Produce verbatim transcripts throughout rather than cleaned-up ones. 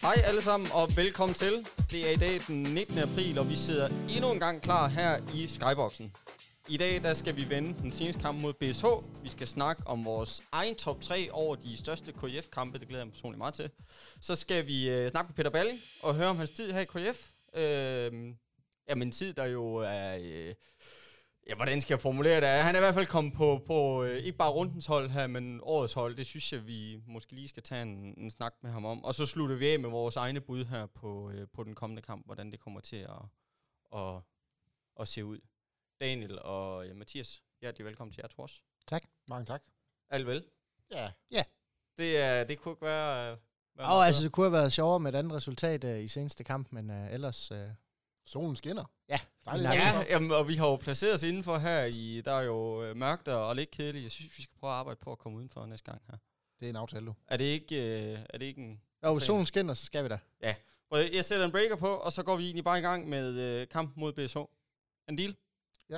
Hej alle sammen, og velkommen til. Det er i dag den nittende april, og vi sidder endnu en gang klar her i Skyboxen. I dag der skal vi vende den seneste kamp mod B S H. Vi skal snakke om vores egen top tre over de største K I F-kampe. Det glæder jeg mig personligt meget til. Så skal vi øh, snakke med Peter Balling og høre om hans tid her i K I F. Øh, jamen en tid, der jo er... Øh, ja, hvordan skal jeg formulere det? Han er i hvert fald kommet på, på øh, ikke bare rundens hold her, men årets hold. Det synes jeg, vi måske lige skal tage en, en snak med ham om. Og så slutter vi af med vores egne bud her på, øh, på den kommende kamp, hvordan det kommer til at, at, at se ud. Daniel og ja, Mathias, hjertelig velkommen til jer, Tors. Tak. Mange tak. Alt vel? Ja. Ja. Det, er, det kunne ikke være... være oh, altså, det kunne have været sjovere med et andet resultat uh, i seneste kamp, men uh, ellers... Uh... Solen skinner. Ja. Dejligt. Ja, jamen, og vi har jo placeret os indenfor her i... Der er jo øh, mørkt og lidt kedeligt. Jeg synes, vi skal prøve at arbejde på at komme udenfor næste gang her. Det er en aftale, du. Er det ikke, øh, er det ikke en... Jo, hvis solen skinner, så skal vi da. Ja. Jeg sætter en breaker på, og så går vi egentlig bare i gang med øh, kampen mod B S H. En deal? Ja.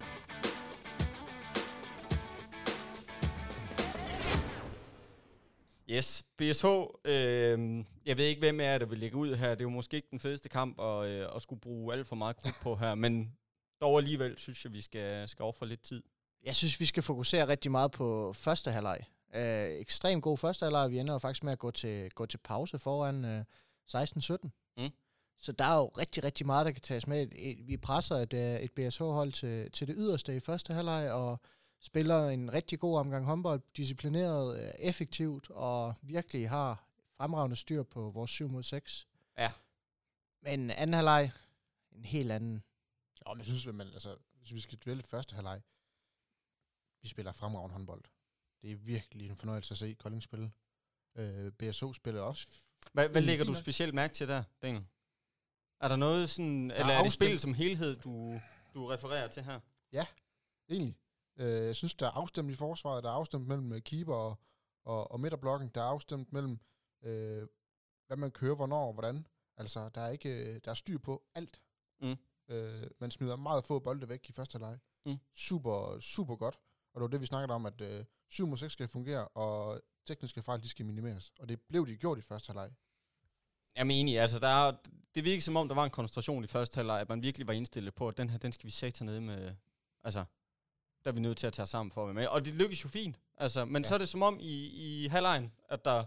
Yes, B S H, øh, jeg ved ikke, hvem er der vil lægge ud her. Det er jo måske ikke den fedeste kamp at, øh, at skulle bruge alt for meget krudt på her, men dog alligevel synes jeg, vi skal, skal ofre lidt tid. Jeg synes, vi skal fokusere rigtig meget på første halvleg. Øh, ekstremt god første halvleg. Vi ender jo faktisk med at gå til, gå til pause foran øh, seksten sytten. Mm. Så der er jo rigtig, rigtig meget, der kan tages med. Vi presser et, et B S H-hold til, til det yderste i første halvleg, og spiller en rigtig god omgang håndbold, disciplineret, effektivt, og virkelig har fremragende styr på vores syv mod seks. Ja. Men anden halvleg, en helt anden. Ja, men jeg synes, at man, altså, hvis vi skal dvæle første halvleg, vi spiller fremragende håndbold. Det er virkelig en fornøjelse at se Kolding spille. Øh, B S H spiller også. Hvad, hvad lægger du specielt mærke til der, Daniel? Er der noget sådan, der eller er, er det spil som helhed, du, du refererer til her? Ja, egentlig. Øh, jeg synes, der er afstemt i forsvaret, der er afstemt mellem keeper og, og, og midterblokken, der er afstemt mellem, øh, hvad man kører, hvornår og hvordan. Altså, der er ikke der er styr på alt. Mm. Øh, man smider meget få bolde væk i første halvleg. Mm. Super, super godt. Og det var det, vi snakkede om, at øh, syv mod seks skal fungere, og tekniske fejl, de skal minimeres. Og det blev de gjort i første halvleg. Jamen enig, altså der er, det virker som om, der var en koncentration i første halvleg, at man virkelig var indstillet på, at den her, den skal vi sætte ned med, altså, der er vi nødt til at tage sammen for at være med. Og det lykkes jo fint, altså, men ja. Så er det som om i, i halvlegen, at der...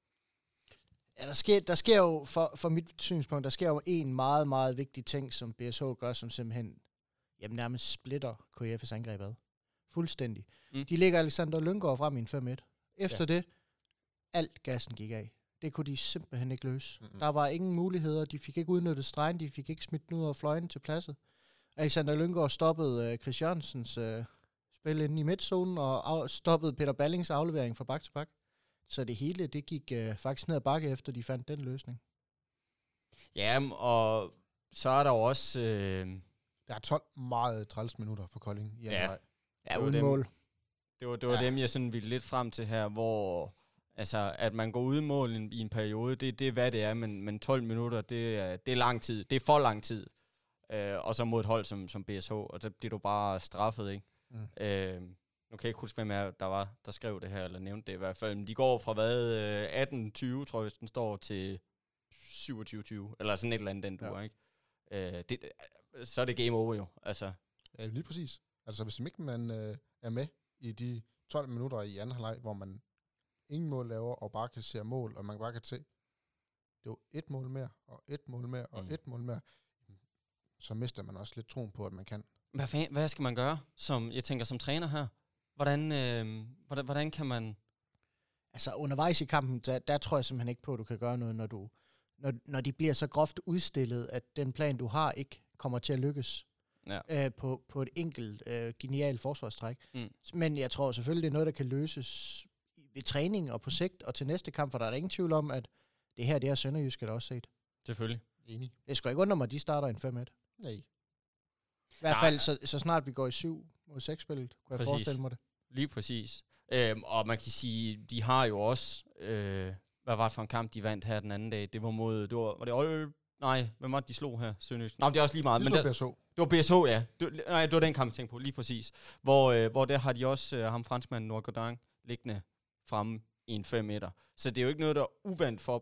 Ja, der sker, der sker jo, for, for mit synspunkt, der sker jo en meget, meget vigtig ting, som B S H gør, som simpelthen, jamen nærmest splitter K I F's angreb ad. Fuldstændig. Mm. De lægger Alexander Lynggaard frem i en fem et. Efter ja. det, alt gassen gik af. Det kunne de simpelthen ikke løse. Mm-hmm. Der var ingen muligheder. De fik ikke udnyttet stregen. De fik ikke smidt den ud af fløjen til pladset. Alexander Lynggaard stoppede uh, Chris Jørgensens uh, spil inde i midtzonen, og af- stoppede Peter Ballings aflevering fra bak til bak. Så det hele, det gik uh, faktisk ned ad bakke, efter de fandt den løsning. Ja, og så er der jo også... Øh... Der er tolv meget træls minutter for Kolding i anden ja. vej. Ja, uden dem, mål. Det var, det var ja. dem, jeg sådan ville lidt frem til her, hvor... Altså, at man går uden mål i, i en periode, det, det er, hvad det er, men, men tolv minutter, det er, det er lang tid. Det er for lang tid. Øh, og så mod et hold som, som B S H, og så bliver du bare straffet, ikke? Mm. Øh, nu kan jeg ikke huske, hvem er, der var, der skrev det her, eller nævnte det i hvert fald. Men de går fra hvad, atten tyve, tror jeg, den står til syvogtyve tyve, eller sådan et eller andet, den du ja. ikke? Øh, det, så er det game over jo, altså. Ja, lige præcis. Altså, hvis ikke man øh, er med i de tolv minutter i anden halvleg, hvor man ingen mål laver, og bare kan se mål, og man bare kan se, det er jo et mål mere, og et mål mere, og mm. et mål mere, så mister man også lidt troen på, at man kan. Hvad, fan, hvad skal man gøre, som jeg tænker, som træner her? Hvordan, øh, hvordan, hvordan kan man... Altså undervejs i kampen, der, der tror jeg simpelthen ikke på, at du kan gøre noget, når, du, når, når de bliver så groft udstillet, at den plan, du har, ikke kommer til at lykkes ja. øh, på, på et enkelt øh, genialt forsvarstræk. Mm. Men jeg tror selvfølgelig, det er noget, der kan løses ved træning og på sigt, og til næste kamp, for der er der ingen tvivl om, at det her, det er Sønderjysk, også set. Selvfølgelig. Enig. Det skal ikke undre mig, at de starter en fem et. Nej. I hvert fald, så, så snart vi går i syv mod seks spillet, kunne jeg forestille mig det. Lige præcis. Øhm, og man kan sige, de har jo også, øh, hvad var det for en kamp, de vandt her den anden dag? Det var mod, det var, var det Øl? Nej, hvem var det, de slog her? Sønderjysk. Nej, det er også lige meget. Det men var der, B S H. Det var B S H, ja. Det, nej, det var den kamp, jeg tænkte på, lige præcis. Hvor, øh, hvor der har de også øh, ham franskmanden Noir Godin liggende fremme i en fem meter. Så det er jo ikke noget, der er uvandt for dem.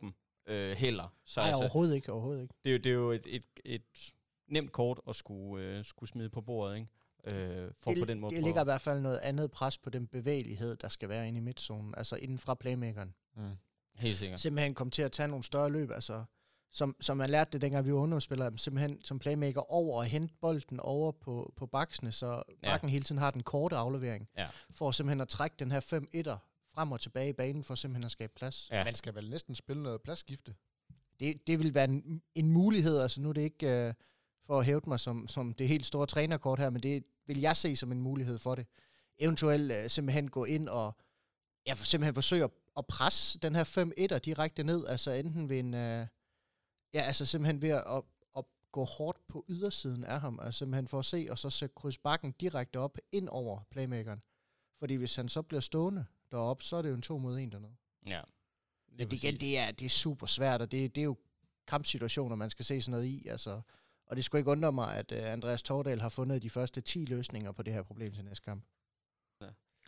øh, heller. Så Nej, altså, overhovedet ikke, overhovedet ikke. det, er jo, det er jo et, et, et nemt kort at skulle, øh, skulle smide på bordet, ikke? Øh, for det, på den måde det ligger i hvert fald noget andet pres på den bevægelighed, der skal være inde i midtzonen, altså inden fra playmakeren. Mm. Helt sikkert. Simpelthen komme til at tage nogle større løb, altså som, som man lærte det, dengang vi var ungdomsspillere, simpelthen som playmaker over og hente bolden over på, på baksene, så bakken ja. hele tiden har den korte aflevering, ja. for simpelthen at trække den her fem etter frem og tilbage i banen, for simpelthen at skabe plads. Ja. Man skal vel næsten spille noget pladsskifte. Det, det vil være en, en mulighed, altså nu er det ikke uh, for at hævde mig som, som det helt store trænerkort her, men det vil jeg se som en mulighed for det. Eventuelt uh, simpelthen gå ind og ja, simpelthen forsøge at, at presse den her fem etter direkte ned, altså enten ved en, uh, ja, altså simpelthen ved at, at, at gå hårdt på ydersiden af ham, altså simpelthen for at se, og så sætte kryds bakken direkte op ind over playmakeren. Fordi hvis han så bliver stående deroppe, så er det jo en to mod en dernede. Ja. Det, igen, det, er, det er super svært, og det, det er jo kampsituationer, man skal se sådan noget i. Altså. Og det skulle ikke undre mig, at uh, Andreas Tordal har fundet de første ti løsninger på det her problem til næste kamp. Ja.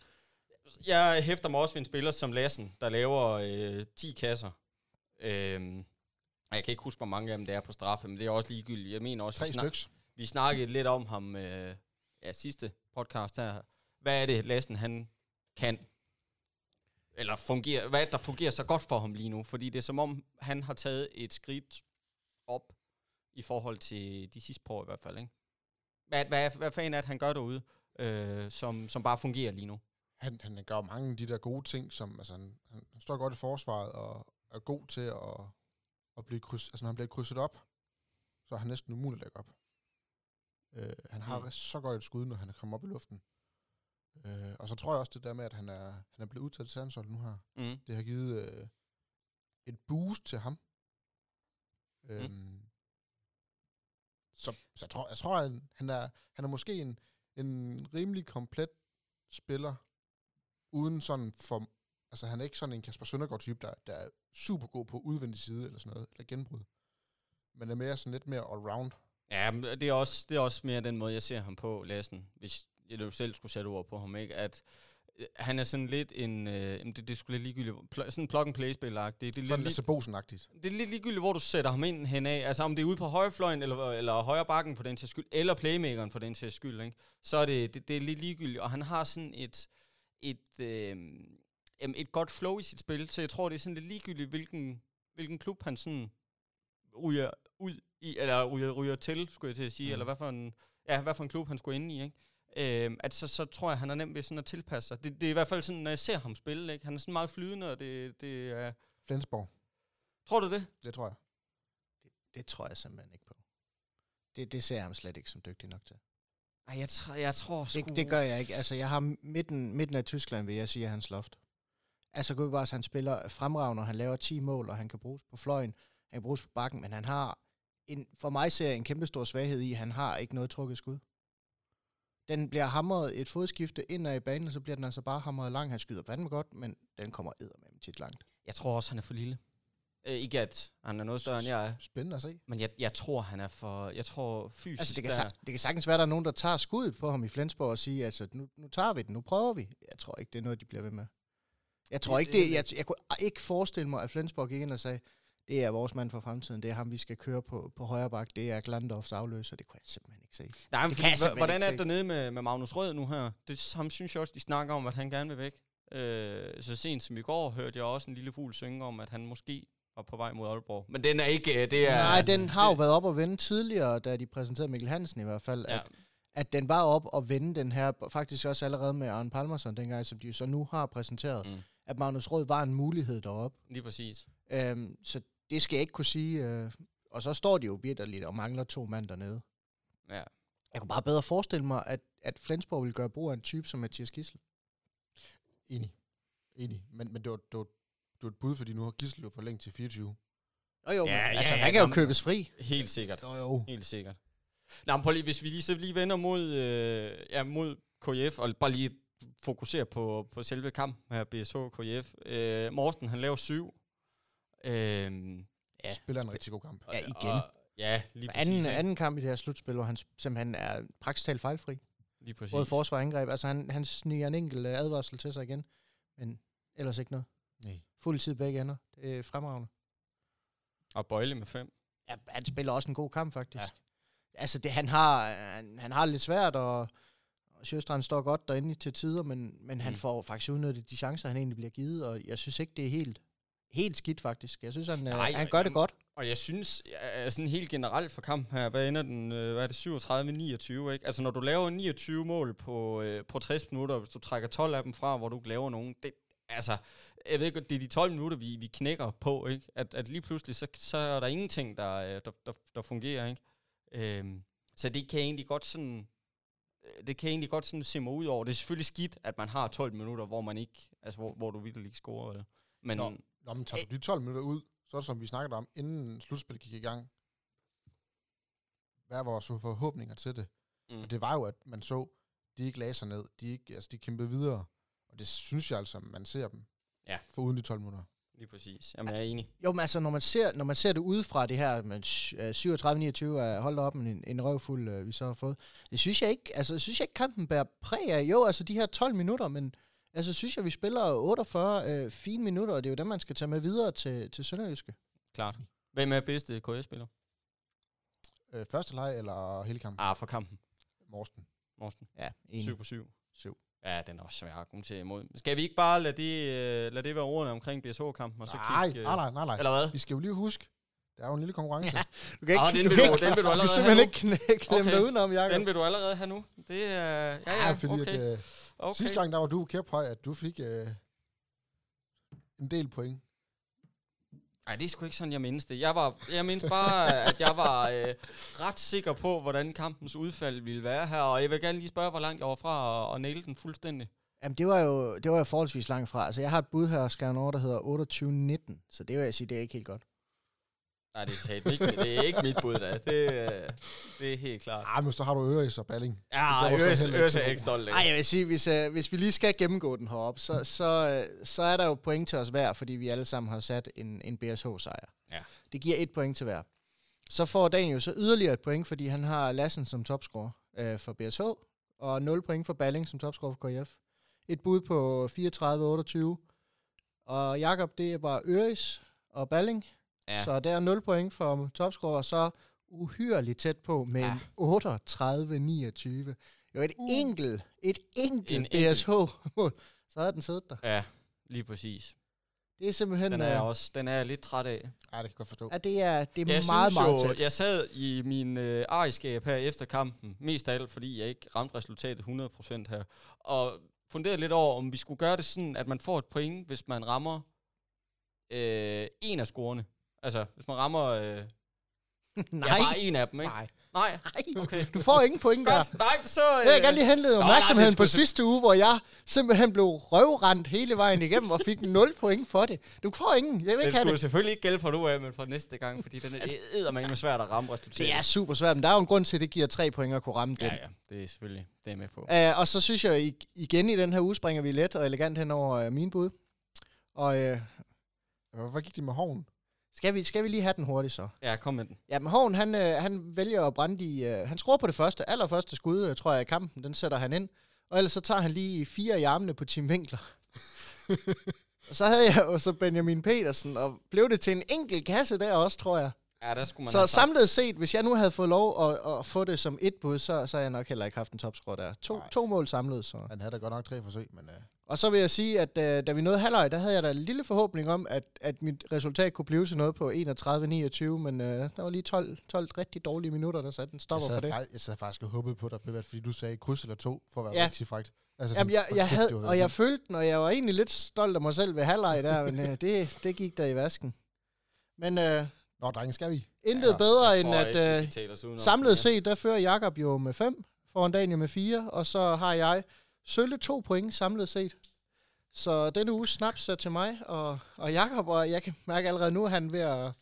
Jeg hæfter mig også ved en spiller som Lassen, der laver øh, ti kasser. Øhm, jeg kan ikke huske, hvor mange af dem det er på straffe, men det er også ligegyldigt. Jeg mener også, Tre vi, snak- styks. vi snakkede lidt om ham øh, ja, sidste podcast her. Hvad er det, Lassen han kan? Eller fungerer, hvad er det, der fungerer så godt for ham lige nu? Fordi det er som om, han har taget et skridt op i forhold til de sidste par år i hvert fald, ikke? Hvad, hvad, hvad fanden er det, han gør derude, øh, som, som bare fungerer lige nu? Han, han gør mange af de der gode ting, som altså, han, han står godt i forsvaret og er god til at, at blive kryds, altså når han bliver krydset op, så er han næsten umulig at lægge op. Øh, han har mm. så godt et skud, når han kommer op i luften. Øh, og så tror jeg også det der med, at han er, han er blevet udtaget til landsholdet nu her. Mm. Det har givet øh, et boost til ham. Mm. Øhm, så, så jeg tror, jeg tror han, han, er, han er måske en, en rimelig komplet spiller, uden sådan for, altså han er ikke sådan en Kasper Søndergaard-type, der, der er super god på udvendig side, eller sådan noget, eller genbrud. Men er mere sådan lidt mere all-round. Ja, det er, også, det er også mere den måde, jeg ser ham på, Lassen, hvis jeg jo selv skulle sætte ord på ham, ikke? At øh, han er sådan lidt en, øh, det, det er sgu lidt ligegyldigt, pl- sådan en plug-and-play-spiller-agtigt. Det, det er sådan Lasse Bosen-agtigt. Det er lidt ligegyldigt, hvor du sætter ham ind hen af. Altså om det er ude på højrefløjen, eller, eller højre bakken for den til skyld, eller playmakeren for den til skyld, ikke? Så er det, det, det er lidt ligegyldigt, og han har sådan et, et, øh, et godt flow i sit spil, så jeg tror, det er sådan lidt ligegyldigt, hvilken, hvilken klub han sådan ryger ud i, eller ryger, ryger til, skulle jeg til at sige, mm. eller hvad for en, ja, hvad for en klub han skulle ind i, ikke? Øhm, at så, så tror jeg, han er nemt ved sådan at tilpasse sig. Det, det er i hvert fald sådan, når jeg ser ham spille, ikke? Han er sådan meget flydende, og det, det er... Flensborg. Tror du det? Det tror jeg. Det, det tror jeg simpelthen ikke på. Det, det ser jeg ham slet ikke som dygtig nok til. Ej, jeg, tr- jeg tror sgu... Det, det gør jeg ikke. Altså, jeg har midten, midten af Tyskland, vil jeg sige, hans loft. Altså, Gudbars, han spiller fremragende, han laver ti mål, og han kan bruges på fløjen, han kan bruges på bakken, men han har, en, for mig ser jeg en kæmpe stor svaghed i, han har ikke noget trukket skud. Den bliver hamret et fodskifte indad i banen, og så bliver den altså bare hamret lang. Han skyder vandet godt, men den kommer eddermame tit langt. Jeg tror også, han er for lille. Øh, ikke at han er noget større, end jeg er. Spændende at se. Men jeg, jeg tror, han er for... Jeg tror fysisk... Altså, det kan, sag, det kan sagtens være, der er nogen, der tager skuddet på ham i Flensborg og siger, altså, nu, nu tager vi den, nu prøver vi. Jeg tror ikke, det er noget, de bliver ved med. Jeg tror det, ikke, det, jeg, jeg kunne ikke forestille mig, at Flensborg gik ind og sagde, det er vores mand for fremtiden, det er ham, vi skal køre på, på højre bak, det er Glandorfs afløser, det kunne jeg simpelthen ikke se. Nej, men fordi, h- hvordan er det dernede med, med Magnus Rød nu her? Det, ham synes jeg også, de snakker om, at han gerne vil væk. Øh, så sent som i går hørte jeg også en lille fugl synge om, at han måske var på vej mod Aalborg. Men den er ikke... Det er, Nej, den har det, jo været op og vende tidligere, da de præsenterede Mikkel Hansen i hvert fald, ja. at, at den var op og vende den her, faktisk også allerede med Arne Palmerson dengang, som de så nu har præsenteret, mm. at Magnus Rød var en mulighed deroppe. Lige præcis. Øhm, så det skal jeg ikke kunne sige. Øh, og så står de jo virkelig og mangler to mand dernede. Ja. Jeg kunne bare bedre forestille mig, at, at Flensborg ville gøre brug af en type som Mathias Gissel. Enig. Enig. Men, men det, var, det, var, det var et bud, fordi nu har Gissel jo forlængt til fireogtyve. Jo jo, ja, men, ja, altså ja, han kan jo købes fri. Helt sikkert. Jo jo. Helt sikkert. Nå, men lige, hvis vi lige, så lige vender mod, øh, ja, mod K F, og bare lige fokusere på, på selve kampen her, B S H K F. Øh, Morsten, han laver syv. Øh, ja. Spiller en rigtig god kamp. Ja, igen. Og, ja, lige præcis. Anden, anden kamp i det her slutspil, hvor han simpelthen er praktisk talt fejlfri. Lige præcis. Både forsvar og angreb. Altså han, han sniger en enkelt advarsel til sig igen, men ellers ikke noget. Nej. Fuld tid begge ender. Det er fremragende. Og Bøjle med fem. Ja, han spiller også en god kamp, faktisk. Ja. Altså, det, han, har, han, han har lidt svært, og, og Sjöstrand står godt derinde til tider, men, men mm. han får faktisk udnyttet de chancer, han egentlig bliver givet, og jeg synes ikke, det er helt, helt skidt, faktisk. Jeg synes, han, Nej, han gør jeg, det godt. Og jeg synes, ja, sådan helt generelt for kampen her, hvad ender den, hvad er det, syvogtredive niogtyve, ikke? Altså, når du laver niogtyve mål på, øh, på tres minutter, hvis du trækker tolv af dem fra, hvor du ikke laver nogen, det, altså, jeg ved ikke, det er de tolv minutter, vi, vi knækker på, ikke? At, at lige pludselig, så, så er der ingenting, der, der, der, der fungerer, ikke? Øhm, så det kan egentlig godt sådan, det kan egentlig godt sådan se mig ud over. Det er selvfølgelig skidt, at man har tolv minutter, hvor man ikke, altså, hvor, hvor du virkelig ikke scorer, eller? Men, Nå, Nå, men tager du de tolv minutter ud, så er det, som vi snakkede om, inden slutspillet gik i gang. Hvad var vores forhåbninger til det? Mm. Og det var jo, at man så, de ikke lagde sig ned, de, ikke, altså, de kæmpede videre. Og det synes jeg altså, man ser dem. Ja. For uden de tolv minutter. Lige præcis. Jamen, jeg er enig. Jo, men altså, når man ser, når man ser det udefra, det her, men syvogtredive niogtyve er holdt op med en, en røvfuld, øh, vi så har fået. Det synes jeg ikke, altså, synes jeg ikke, kampen bærer præg af. Jo, altså, de her tolv minutter, men altså, synes jeg, vi spiller otteogfyrre øh, fine minutter, og det er jo dem, man skal tage med videre til, til Sønderjyske. Klart. Hvem er bedste K S-spiller? Øh, første leg eller hele kampen? Ah, for kampen. Morsten. Morsten. Ja, enig. syv på syv. syv. Ja, den er også svær at argumentere imod. Skal vi ikke bare lade det, uh, lade det være ordene omkring B S H-kampen? Og så nej, kigge, uh, nej, nej, nej, nej. Eller hvad? Vi skal jo lige huske, der er jo en lille konkurrence. Ja, du kan ikke, ah, den, du vil kan du, ikke, den vil du allerede du simpelthen ikke knæ, klemme okay. dig udenom, Jacob. Den vil du allerede have nu. Det er... Uh, ja, ja, ja, fordi okay. At, uh, okay. Sidste gang, der var du kæft høj, at du fik uh, en del point. Nej, det er sgu ikke sådan, jeg mindes det. Jeg, var, jeg mindes bare, at jeg var øh, ret sikker på, hvordan kampens udfald ville være her, og jeg vil gerne lige spørge, hvor langt jeg var fra at, at naile den fuldstændig. Jamen, det var jo det var jo forholdsvis langt fra. Altså, jeg har et bud her, skrevet over, der hedder otteogtyve nitten, så det vil jeg sige, det er ikke helt godt. Nej, det er, ikke, det er ikke mit bud, da. Det, det er helt klart. Ah, men så har du Øres og Balling. Ja, Øres, Øres er ikke stolt af. Nej, jeg vil sige, hvis, uh, hvis vi lige skal gennemgå den heroppe, så, så, uh, så er der jo point til os hver, fordi vi alle sammen har sat en, en B S H-sejr. Ja. Det giver et point til hver. Så får Daniel så yderligere et point, fordi han har Lassen som topscorer uh, for B S H, og nul point for Balling som topscorer for K F. Et bud på fireogtredive otteogtyve. Og Jakob, det var Øres og Balling. Ja. Så der er nul point for topscorer, og så uhyrligt tæt på med ja. otteogtredive niogtyve. Jo, et uh. enkelt, et enkelt B S H-mål, så havde den siddet der. Ja, lige præcis. Det er simpelthen... Den er, øh, også, den er jeg lidt træt af. Ja, det kan jeg godt forstå. Ja, det er, det er jeg meget, synes meget jo, tæt. Jeg sad i min øh, ejerskab her efter kampen, mest af alt, fordi jeg ikke ramte resultatet hundrede procent her, og funderede lidt over, om vi skulle gøre det sådan, at man får et point, hvis man rammer øh, en af scorene. Altså, hvis man rammer... Øh, nej. Ja, bare en af dem, ikke? Nej. Nej, okay. Du får ingen point der. Nej, så... Øh, jeg vil gerne lige henlede opmærksomheden på sidste uge, hvor jeg simpelthen blev røvrendt hele vejen igennem og fik nul point for det. Du får ingen. Jeg vil ikke have det. Det skulle selvfølgelig ikke gælde for nu af, men for næste gang, fordi den er eddermame svært at ramme resultatet. Det er super svært, men der er jo en grund til, at det giver tre point at kunne ramme den. Ja, ja, det er selvfølgelig, det er med på. Uh, og så synes jeg, igen i den her uge springer vi let og elegant hen over uh, min bud. Og... Uh, Hvad gik det med Hoven? Skal vi, skal vi lige have den hurtigt så? Ja, kom med den. Ja, men Hoven, han, øh, han vælger at brænde i... Øh, han skruer på det første, allerførste skud, øh, tror jeg, i kampen. Den sætter han ind. Og ellers så tager han lige fire i armene på Tim Winkler. Og så havde jeg jo så Benjamin Petersen, og blev det til en enkelt kasse der også, tror jeg. Ja, der skulle man så samlet set, hvis jeg nu havde fået lov at, at få det som et bud, så, så havde jeg nok heller ikke haft en topscore der. To, to mål samlet, så... Han havde da godt nok tre forsøg, men... Uh... Og så vil jeg sige, at uh, da vi nåede halvleg, der havde jeg da en lille forhåbning om, at, at mit resultat kunne blive til noget på enogtredive niogtyve, men uh, der var lige tolv, tolv rigtig dårlige minutter, der satte den stopper for det. Faktisk, jeg sad faktisk og håbede på dig, fordi du sagde kryds eller to, for at være ja. rigtig frækt. Altså, Jamen, jeg, jeg havde, og jeg følte den, og jeg var egentlig lidt stolt af mig selv ved halvleg der, men uh, det, det gik der i vasken. Men... Uh, Nå, drenge, skal vi? Intet ja, bedre end at uh, samlet set, der fører Jakob jo med fem, foran Daniel med fire, og så har jeg sølle to point samlet set. Så denne uge snaps er til mig og, og Jakob, og jeg kan mærke allerede nu, at han er ved at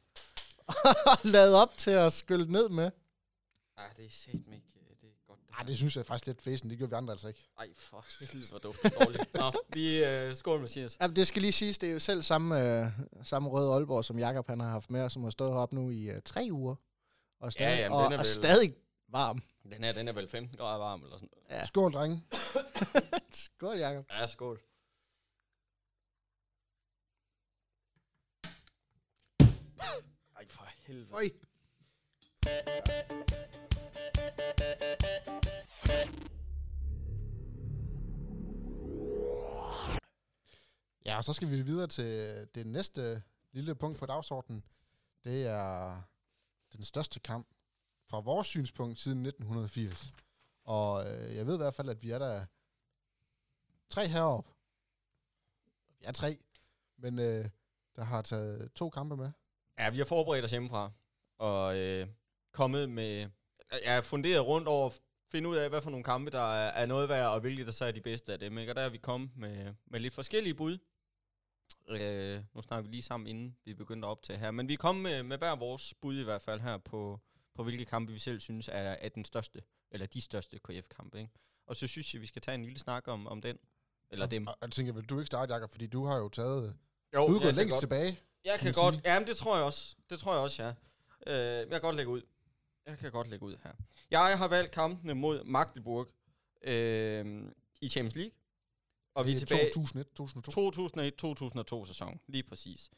lade op til at skylde ned med. Ej, det er sæt mig ikke. Det er godt. Ej, det synes jeg faktisk lidt fæsen. Det gør vi andre altså ikke. Ej, for helvede, hvor duft det dårligt. Nå, vi øh, skål, Mathias. Jamen, det skal lige siges, det er jo selv samme, øh, samme røde Aalborg, som Jakob han har haft med, og som har stået heroppe nu i øh, tre uger. Og stadig, ja, jamen, og, den er og vel, stadig varm. Den her, den er vel femten grader varm, eller sådan ja. Skål, drenge. Skål, Jakob. Ja, skål. Ej, for helvede. Føj. Ja, og så skal vi videre til det næste lille punkt på dagsordenen. Det er den største kamp fra vores synspunkt siden nitten firs. Og øh, jeg ved i hvert fald, at vi er der tre heroppe. Vi er tre, men øh, der har taget to kampe med. Ja, vi har forberedt os hjemmefra, og øh, kommet med... Jeg er funderet rundt over at finde ud af, hvad for nogle kampe, der er, er noget værd, og hvilke der så er de bedste af dem. Ikke? Og der er vi kommet med, med lidt forskellige bud. Øh, nu snakker vi lige sammen, inden vi begyndte at optage her. Men vi er kommet med, med hver vores bud i hvert fald her på, på hvilke kampe vi selv synes er, er den største, eller de største K F kampe. Ikke? Og så synes jeg, vi skal tage en lille snak om, om den, eller ja, dem. Og jeg tænker, vil du ikke starte, Jakob, fordi du har jo taget... Jo, du er gået længst godt. tilbage. Jeg kan godt, sige. Jamen det tror jeg også, det tror jeg også, ja. Øh, jeg kan godt lægge ud. Jeg kan godt lægge ud her. Jeg har valgt kampene mod Magdeburg øh, i Champions League. Og vi er tilbage to tusind og et, to tusind og to. to tusind og et to tusind og to sæson, lige præcis.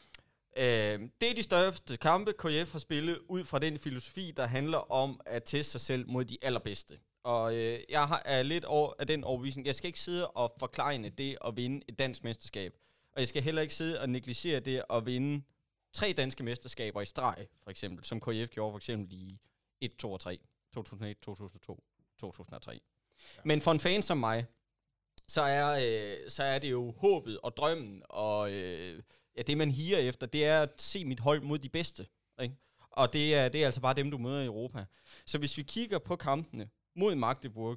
Øh, det er de største kampe, K F har spillet ud fra den filosofi, der handler om at teste sig selv mod de allerbedste. Og øh, jeg har, er lidt over, af den overbevisning, jeg skal ikke sidde og forklejne det at vinde et dansk mesterskab. Og jeg skal heller ikke sidde og negligere det at vinde tre danske mesterskaber i streg, for eksempel, som K F gjorde for eksempel i et, to og tre. to tusind og et, to tusind og to, to tusind og tre. Ja. Men for en fan som mig, så er, øh, så er det jo håbet og drømmen, og øh, ja, det man higer efter, det er at se mit hold mod de bedste. Ikke? Og det er, det er altså bare dem, du møder i Europa. Så hvis vi kigger på kampene mod Magdeburg,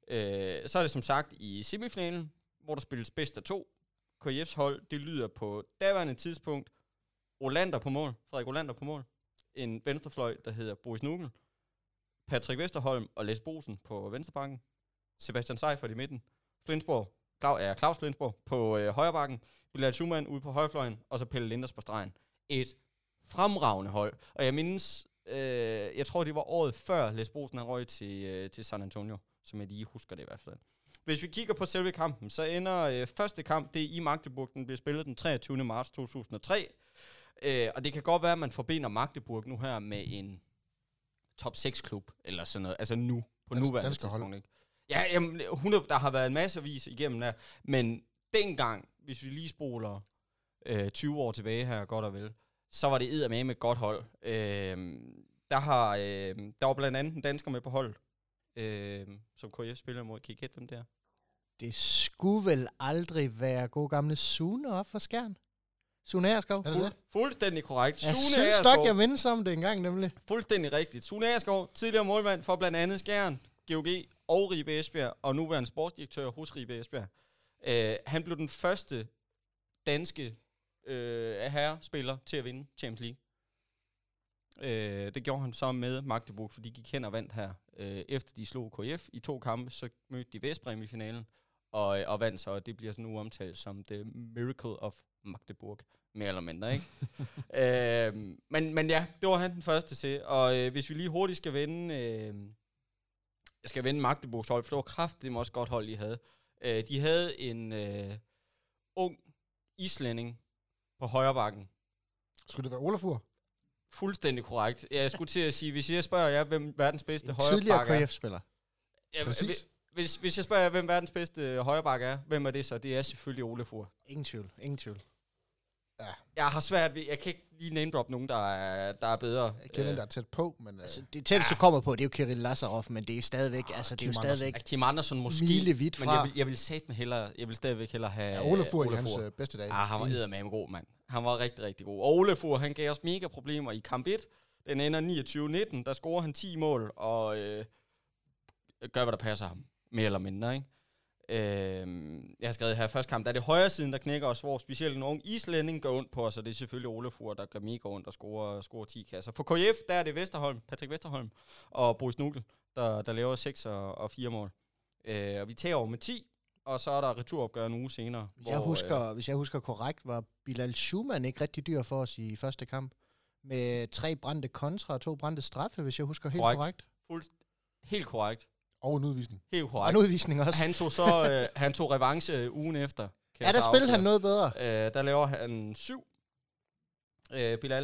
øh, så er det som sagt i semifinalen, hvor der spilles bedst af to. K F's hold, det lyder på daværende tidspunkt Olander på mål, Frederik Olander på mål, en venstrefløj, der hedder Boris Nugel, Patrick Vesterholm og Les Bosen på venstrebakken, Sebastian Seifert i midten, Flensborg, Claus, ja, Claus Flensborg på øh, højrebakken, Bilal Schumann ude på højrefløjen, og så Pelle Linders på stregen. Et fremragende hold, og jeg mindes, øh, jeg tror det var året før Les Bosen han røg til, øh, til San Antonio, som jeg lige husker det i hvert fald. Hvis vi kigger på selve kampen, så ender øh, første kamp, det er i Magdeburg, den bliver spillet den treogtyvende marts to tusind og tre. Øh, og det kan godt være, at man forbinder Magdeburg nu her med en top seks-klub, eller sådan noget, altså nu, på Dansk, nuværende tidspunkt. Ikke? Ja, jamen, hundrede, der har været en masse vis igennem der, men dengang, hvis vi lige spoler øh, tyve år tilbage her, godt og vel, så var det eddermame med et godt hold. Øh, der, har, øh, der var blandt andet en dansker med på holdet, Øh, som K F spiller mod. Kan I gætte, hvem det er? Det skulle vel aldrig være god gamle Sune op for Skjern? Sune Agerskov? Fuld, fuldstændig korrekt. Jeg Sune synes Agerskov. nok, jeg mindes om det engang, nemlig. Fuldstændig rigtigt. Sune Agerskov, tidligere målmand for blandt andet Skjern, G O G og Ribe Esbjerg, og nuværende sportsdirektør hos Ribe Esbjerg. Øh, han blev den første danske øh, herrespiller til at vinde Champions League. Øh, det gjorde han så med Magdeburg, fordi de gik hen og vandt her. Øh, efter de slog K F i to kampe, så mødte de Vestbrem i finalen, og, og vandt så, og det bliver sådan nu omtalt som The Miracle of Magdeburg, mere eller mindre, ikke? øh, men, men ja, det var han den første til, og øh, hvis vi lige hurtigt skal vende, øh, jeg skal vende Magdeburgs hold, for det var kraftigt også godt hold, de havde. Øh, de havde en øh, ung islænding på højre bakken. Skulle det være Olafur? Fuldstændig korrekt. Jeg skulle til at sige, hvis jeg spørger jer, hvem verdens bedste En højreback er... tidligere K F-spiller. Ja, Præcis. hvis, hvis jeg spørger jer, hvem verdens bedste højreback er, hvem er det så? Det er selvfølgelig Ole Fur. Ingen tvivl, ingen tvivl. Ja. Jeg har svært ved... Jeg kan ikke lige name drop nogen, der er, der er bedre. Jeg kender, øh, der er tæt på, men... Øh, Altså, det tætteste, ja. du kommer på, det er jo Kirill Lazarov, men det er stadigvæk... Ah, altså, det er jo Kim stadigvæk... Ja, Kim Andersen måske. Milevidt fra. Men jeg vil, jeg vil satme hellere... Jeg vil stadigvæk hellere have... ja, Olafur i Ole hans Fur. øh, bedste dage. Ja, han var eddermame god, mand. Han var rigtig, rigtig god. Og Ole Fur, han gav os mega problemer i kamp et. Den ender niogtyve nitten. Der scorer han ti mål, og øh, gør, hvad der passer ham. Mere eller mindre, ikke? Øh, jeg har skrevet her første kamp, der er det højre siden, der knækker os, hvor specielt en ung islænding gør ondt på os, og det er selvfølgelig Ole Fur, der gør mega ondt og scorer, scorer ti kasser. For K F, der er det Vesterholm, Patrick Vesterholm og Boris Nugel, der, der laver seks og, og fire mål. Øh, og vi tager over med ti, og så er der returopgør en uge senere. Hvis, hvor, jeg husker, øh, hvis jeg husker korrekt, var Bilal Schumann ikke rigtig dyr for os i første kamp. Med tre brændte kontra og to brændte straffe, hvis jeg husker helt korrekt. korrekt. Fuld, helt korrekt. Og en udvisning. Helt korrekt. Og en udvisning også. Han tog så øh, han tog revanche ugen efter. Ja, der spillede han noget bedre. Øh, der laver han syv. Øh, Bilal.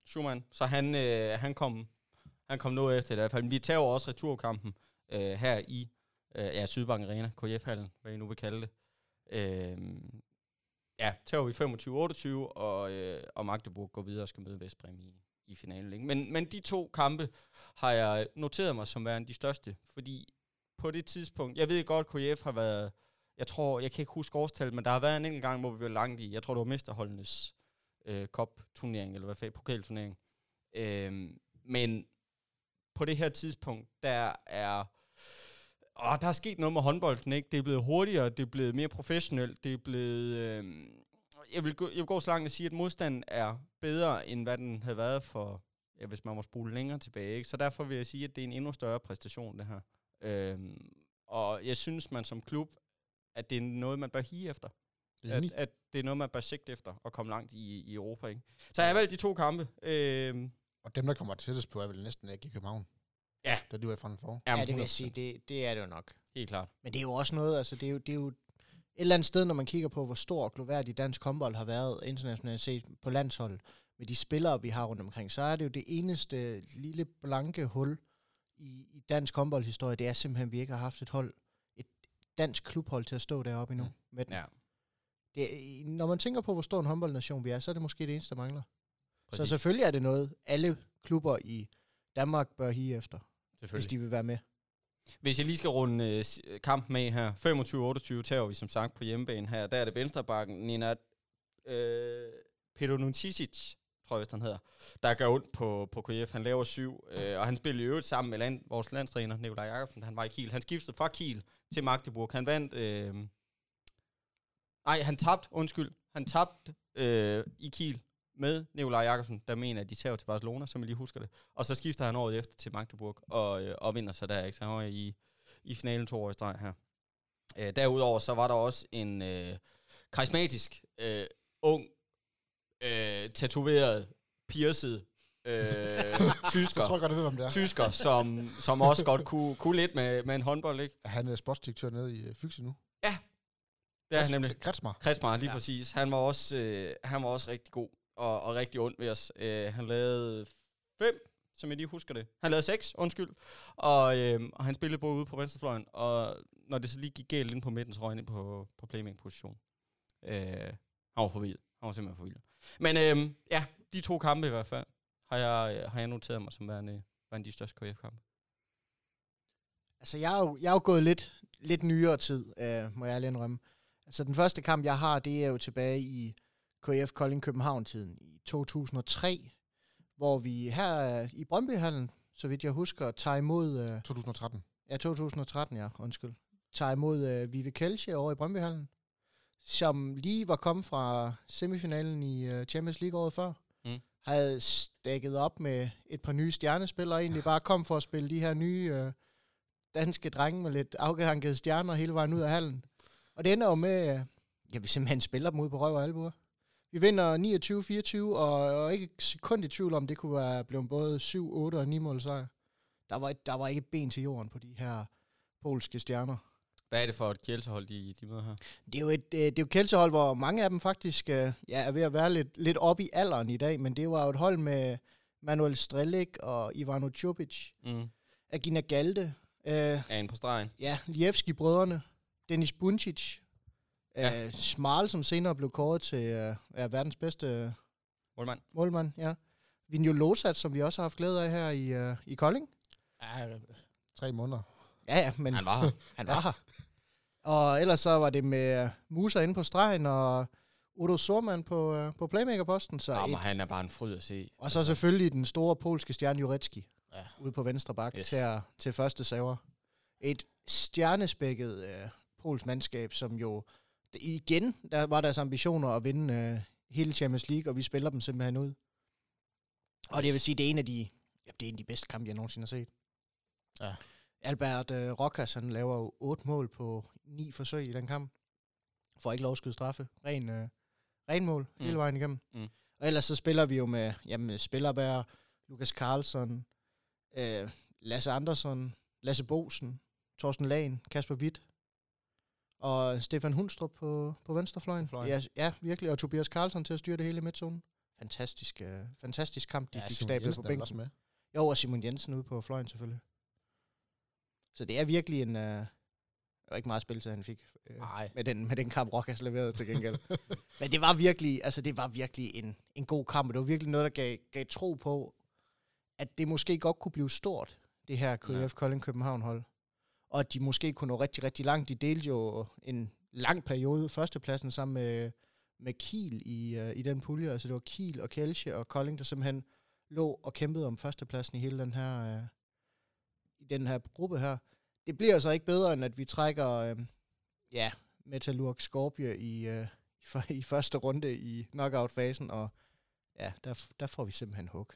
Schumann. Så han, øh, han, kom, han kom noget efter i hvert fald. Vi tager jo også returkampen øh, her i øh, ja, Sydbank Arena, K F-hallen, hvad I nu vil kalde det. Øh, ja, tager vi femogtyve otteogtyve, og, øh, og Magdeburg går videre og skal møde Vestbrem i, i finalen. Ikke? Men, men de to kampe har jeg noteret mig som værende de største, fordi på det tidspunkt, jeg ved godt, K F har været, jeg tror, jeg kan ikke huske årstallet, men der har været en enkelt gang, hvor vi var langt i, jeg tror, det var mesterholdenes øh, cup-turnering, eller hvad fanden, pokalturnering. Øh, men på det her tidspunkt, der er, åh, der er sket noget med håndbolden, ikke? Det er blevet hurtigere, det er blevet mere professionelt, det er blevet, øh, jeg, vil gå, jeg vil gå så langt at sige, at modstanden er bedre, end hvad den havde været for, ja, hvis man må spole længere tilbage, ikke? Så derfor vil jeg sige, at det er en endnu større præstation, det her. Øh, og jeg synes, man som klub, at det er noget, man bør hige efter. At, at det er noget, man bør sigte efter og komme langt i, i Europa, ikke? Så jeg har valgt de to kampe. Øh, Og dem, der kommer tættest på, er vel næsten ikke i København. Ja. Da du er fra den for. Ja, det vil jeg sige, det, det er det jo nok. Helt klart. Men det er jo også noget, altså det er jo, det er jo et eller andet sted, når man kigger på, hvor stor og gloværdig dansk håndbold har været internationalt set på landsholdet, med de spillere, vi har rundt omkring, så er det jo det eneste lille blanke hul i, i dansk håndboldhistorie, det er simpelthen, at vi ikke har haft et hold, et dansk klubhold til at stå deroppe endnu. Mm. Med den. Ja. Det, når man tænker på, hvor stor en håndboldnation vi er, så er det måske det eneste, der mangler. Præcis. Så selvfølgelig er det noget, alle klubber i Danmark bør hige efter, hvis de vil være med. Hvis jeg lige skal runde øh, kampen med her, femogtyve otteogtyve tager vi som sagt på hjemmebane her. Der er det venstrebakken, Nina øh, Pedonuncic, tror jeg, hvis han hedder, der gør ondt på, på K F. Han laver syv, øh, og han spiller i øvrigt sammen med land, vores landstræner, Nikolaj Jakobsen, han var i Kiel. Han skiftede fra Kiel til Magdeburg. Han vandt... Øh, nej, han tabte, undskyld. Han tabte øh, i Kiel med Nikolaj Jakobsen, der mener, at de tager til Barcelona, som jeg lige husker det. Og så skifter han året efter til Magdeburg og, øh, og vinder sig der, ikke? Så han var i, i finalen to år i streg her. Øh, derudover så var der også en øh, karismatisk, øh, ung, øh, tatoveret, pierced øh, tysker, jeg tror godt, jeg ved, om det er. tysker som, som også godt kunne, kunne lidt med, med en håndbold, ikke? Han er sportsdirektør nede i uh, Fyxe nu. Ja, det er han nemlig. Kretsmar. Kretsmar, lige ja. Præcis. Han var også, øh, han var også rigtig god og, og rigtig ondt ved os. Øh, han lavede fem, som jeg lige husker det. Han lavede seks, undskyld. Og, øh, og han spillede både ude på venstrefløjen, og når det så lige gik galt ind på midten, så røg han ind på, på playmaking-position. Øh, han var forvildet. Han var simpelthen forvildet. Men øh, ja, de to kampe i hvert fald, har jeg, har jeg noteret mig som værende, værende de største K F-kampe. Altså, jeg er jo, jeg er jo gået lidt, lidt nyere tid, øh, må jeg lige indrømme. Altså, den første kamp, jeg har, det er jo tilbage i K F Kolding København-tiden i to tusind og tre, hvor vi her øh, i Brøndbyhallen, så vidt jeg husker, tager imod... Øh, to tusind og tretten. Ja, to tusind og tretten, ja, undskyld. Tager imod øh, Vive Kelce over i Brøndbyhallen, som lige var kommet fra semifinalen i øh, Champions League året før. Mm. Havde stakket op med et par nye stjernespillere, egentlig bare kom for at spille de her nye øh, danske drenge med lidt afgangede stjerner hele vejen ud af hallen. Og det ender jo med, øh, ja, vi simpelthen spiller dem ud på røv og albuer. Vi vinder niogtyve fireogtyve, og, og ikke et sekund i tvivl om, det kunne være blevet både syv, otte og ni mål sejr. Der var, der var ikke et ben til jorden på de her polske stjerner. Hvad er det for et Kielce-hold, de, de møder her? Det er jo et, det er jo Kielce-hold, hvor mange af dem faktisk ja, er ved at være lidt, lidt oppe i alderen i dag, men det var jo et hold med Manuel Strelik og Ivano Čupić, mm. Agina Galde. Øh, er en på stregen. Ja, Lievski-brødrene, Denis Buncic, ja. øh, Smal, som senere blev kåret til øh, ja, verdens bedste øh, målmand. målmand ja. Vinjo Losat, som vi også har haft glæde af her i, øh, i Kolding. Ja, tre måneder. Ja, ja, men han var her. han var her. Og ellers så var det med Musa inde på stregen, og Udo Sorman på, uh, på playmakerposten. Så Jamen, han er bare en fryd at se. Og så selvfølgelig den store polske stjerne Jurecki, ja. ude på venstre bak yes. til, til første saver. Et stjernespækket uh, polsk mandskab, som jo igen, der var deres ambitioner at vinde uh, hele Champions League, og vi spiller dem simpelthen ud. Og det vil sige, det er en af de, ja, det er en af de bedste kampe, jeg nogensinde har set. Ja. Albert uh, Rokas, han laver jo otte mål på ni forsøg i den kamp. Får ikke lov at skyde straffe. Ren, uh, ren mål mm. hele vejen igennem. Mm. Og ellers så spiller vi jo med, jamen, Spillerberg, Lukas Karlsson, uh, Lasse Andersson, Lasse Bosen, Torsten Lagen, Kasper Witt og Stefan Hundstrup på, på venstrefløjen. Ja, ja, virkelig. Og Tobias Karlsson til at styre det hele i midtzonen. fantastisk, øh, fantastisk kamp, de Ja, fik Simon stablet Jensen på er vel bænken. også med. Jo, og Simon Jensen ude på fløjen selvfølgelig. Så det er virkelig en... Øh, det var ikke meget spilletid, han fik øh, Nej. med, den, med den kamp, Rokas leverede til gengæld. Men det var virkelig, altså det var virkelig en, en god kamp, og det var virkelig noget, der gav, gav tro på, at det måske godt kunne blive stort, det her K F Kolding København-hold. Og at de måske kunne nå rigtig, rigtig langt. De delte jo en lang periode førstepladsen sammen med, med Kiel i, uh, i den pulje. Altså det var Kiel og Kelche og Kolding, der simpelthen lå og kæmpede om førstepladsen i hele den her, uh, i den her gruppe her. Det bliver så ikke bedre, end at vi trækker uh, ja, Metalurg Skopje i, uh, i første runde i knockout-fasen, og ja, der, der får vi simpelthen hug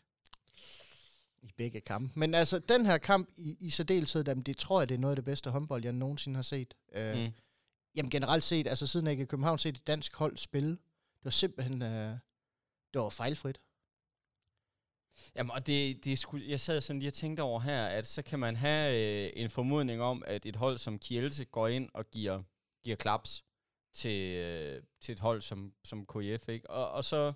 i begge kampe. Men altså, den her kamp i, i særdeleshed, jamen, det tror jeg, det er noget af det bedste håndbold, jeg nogensinde har set. Øh, mm. Jamen generelt set, altså siden jeg ikke i København set et dansk hold spille, det var simpelthen, øh, det var fejlfrit. Jamen, og det, det sku, jeg sad sådan lige og tænkte over her, at så kan man have øh, en formodning om, at et hold som Kielse går ind og giver, giver klaps til, øh, til et hold som, som K F, ikke? Og, og så...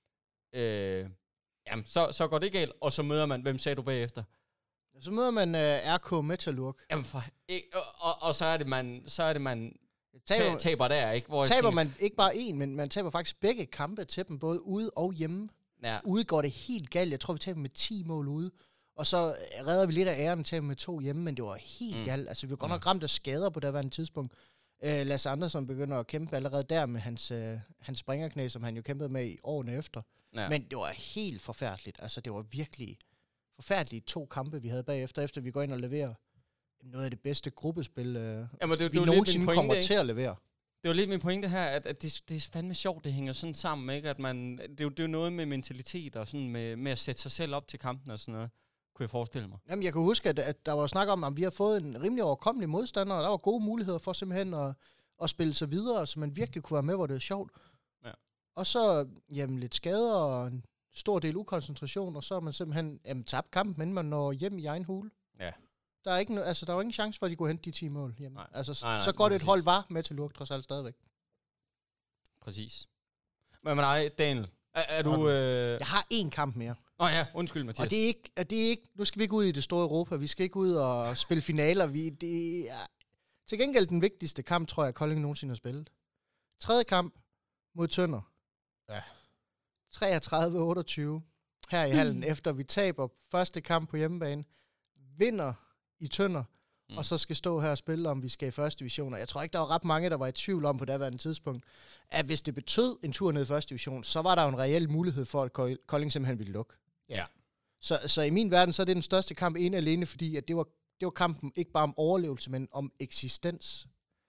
Øh, Jamen, så, så går det galt, og så møder man, hvem sagde du bagefter? Så møder man uh, R K Metalurg. Jamen, for, ikke, og, og, og så er det, man, så er det, man taber, taber der, ikke? Hvor taber tænker, man ikke bare én, men man taber faktisk begge kampe til dem, både ude og hjemme. Ja. Ude går det helt galt. Jeg tror, vi taber med ti mål ude. Og så redder vi lidt af æren til med to hjemme, men det var helt mm. galt. Altså, vi var godt nok ramt af skader på daværende tidspunkt. Uh, Lasse Andersson begynder at kæmpe allerede der med hans, uh, hans springerknæ, som han jo kæmpede med i årene efter. Ja. Men det var helt forfærdeligt. Altså, det var virkelig forfærdeligt to kampe, vi havde bagefter, efter vi går ind og leverer noget af det bedste gruppespil, øh, Jamen, det, vi det nogensinde pointe, kommer ikke? til at levere. Det var lidt min pointe her, at, at det, det er fandme sjovt, det hænger sådan sammen, ikke? At man, det, er jo, det er jo noget med mentalitet og sådan med, med at sætte sig selv op til kampen og sådan noget, kunne jeg forestille mig. Jamen, jeg kan huske, at, at der var snak om, at vi har fået en rimelig overkommelig modstander, og der var gode muligheder for simpelthen at, at spille sig videre, så man virkelig kunne være med, hvor det er sjovt. Ja. Og så, jamen, lidt skader og en stor del ukoncentration, og så er man simpelthen jamen, tabt kampen, men man når hjem i egen hule. Ja. Der er ikke no- altså der var ingen chance for, at de kunne hente de ti mål hjemme. Nej. Altså, nej, nej, så godt et præcis. hold var med til luk, trods alt stadigvæk. Præcis. Men nej, Daniel, er, er du... Øh... Jeg har én kamp mere. Åh oh, ja, undskyld, Mathias. Og det er ikke, og det er ikke, nu skal vi ikke ud i det store Europa, vi skal ikke ud og spille finaler. Vi, det er til gengæld den vigtigste kamp, tror jeg, Kolding nogensinde har spillet. Tredje kamp mod Tønder. Ja. treogtredive otteogtyve her i hallen, efter vi taber første kamp på hjemmebane, vinder i Tønder, mm. og så skal stå her og spille, om vi skal i første division. Og jeg tror ikke, der var ret mange, der var i tvivl om på daværende tidspunkt, at hvis det betød en tur ned i første division, så var der jo en reel mulighed for, at Kolding simpelthen ville lukke. Ja. Så, så i min verden, så er det den største kamp ene alene, fordi at det var, det var kampen ikke bare om overlevelse, men om eksistens.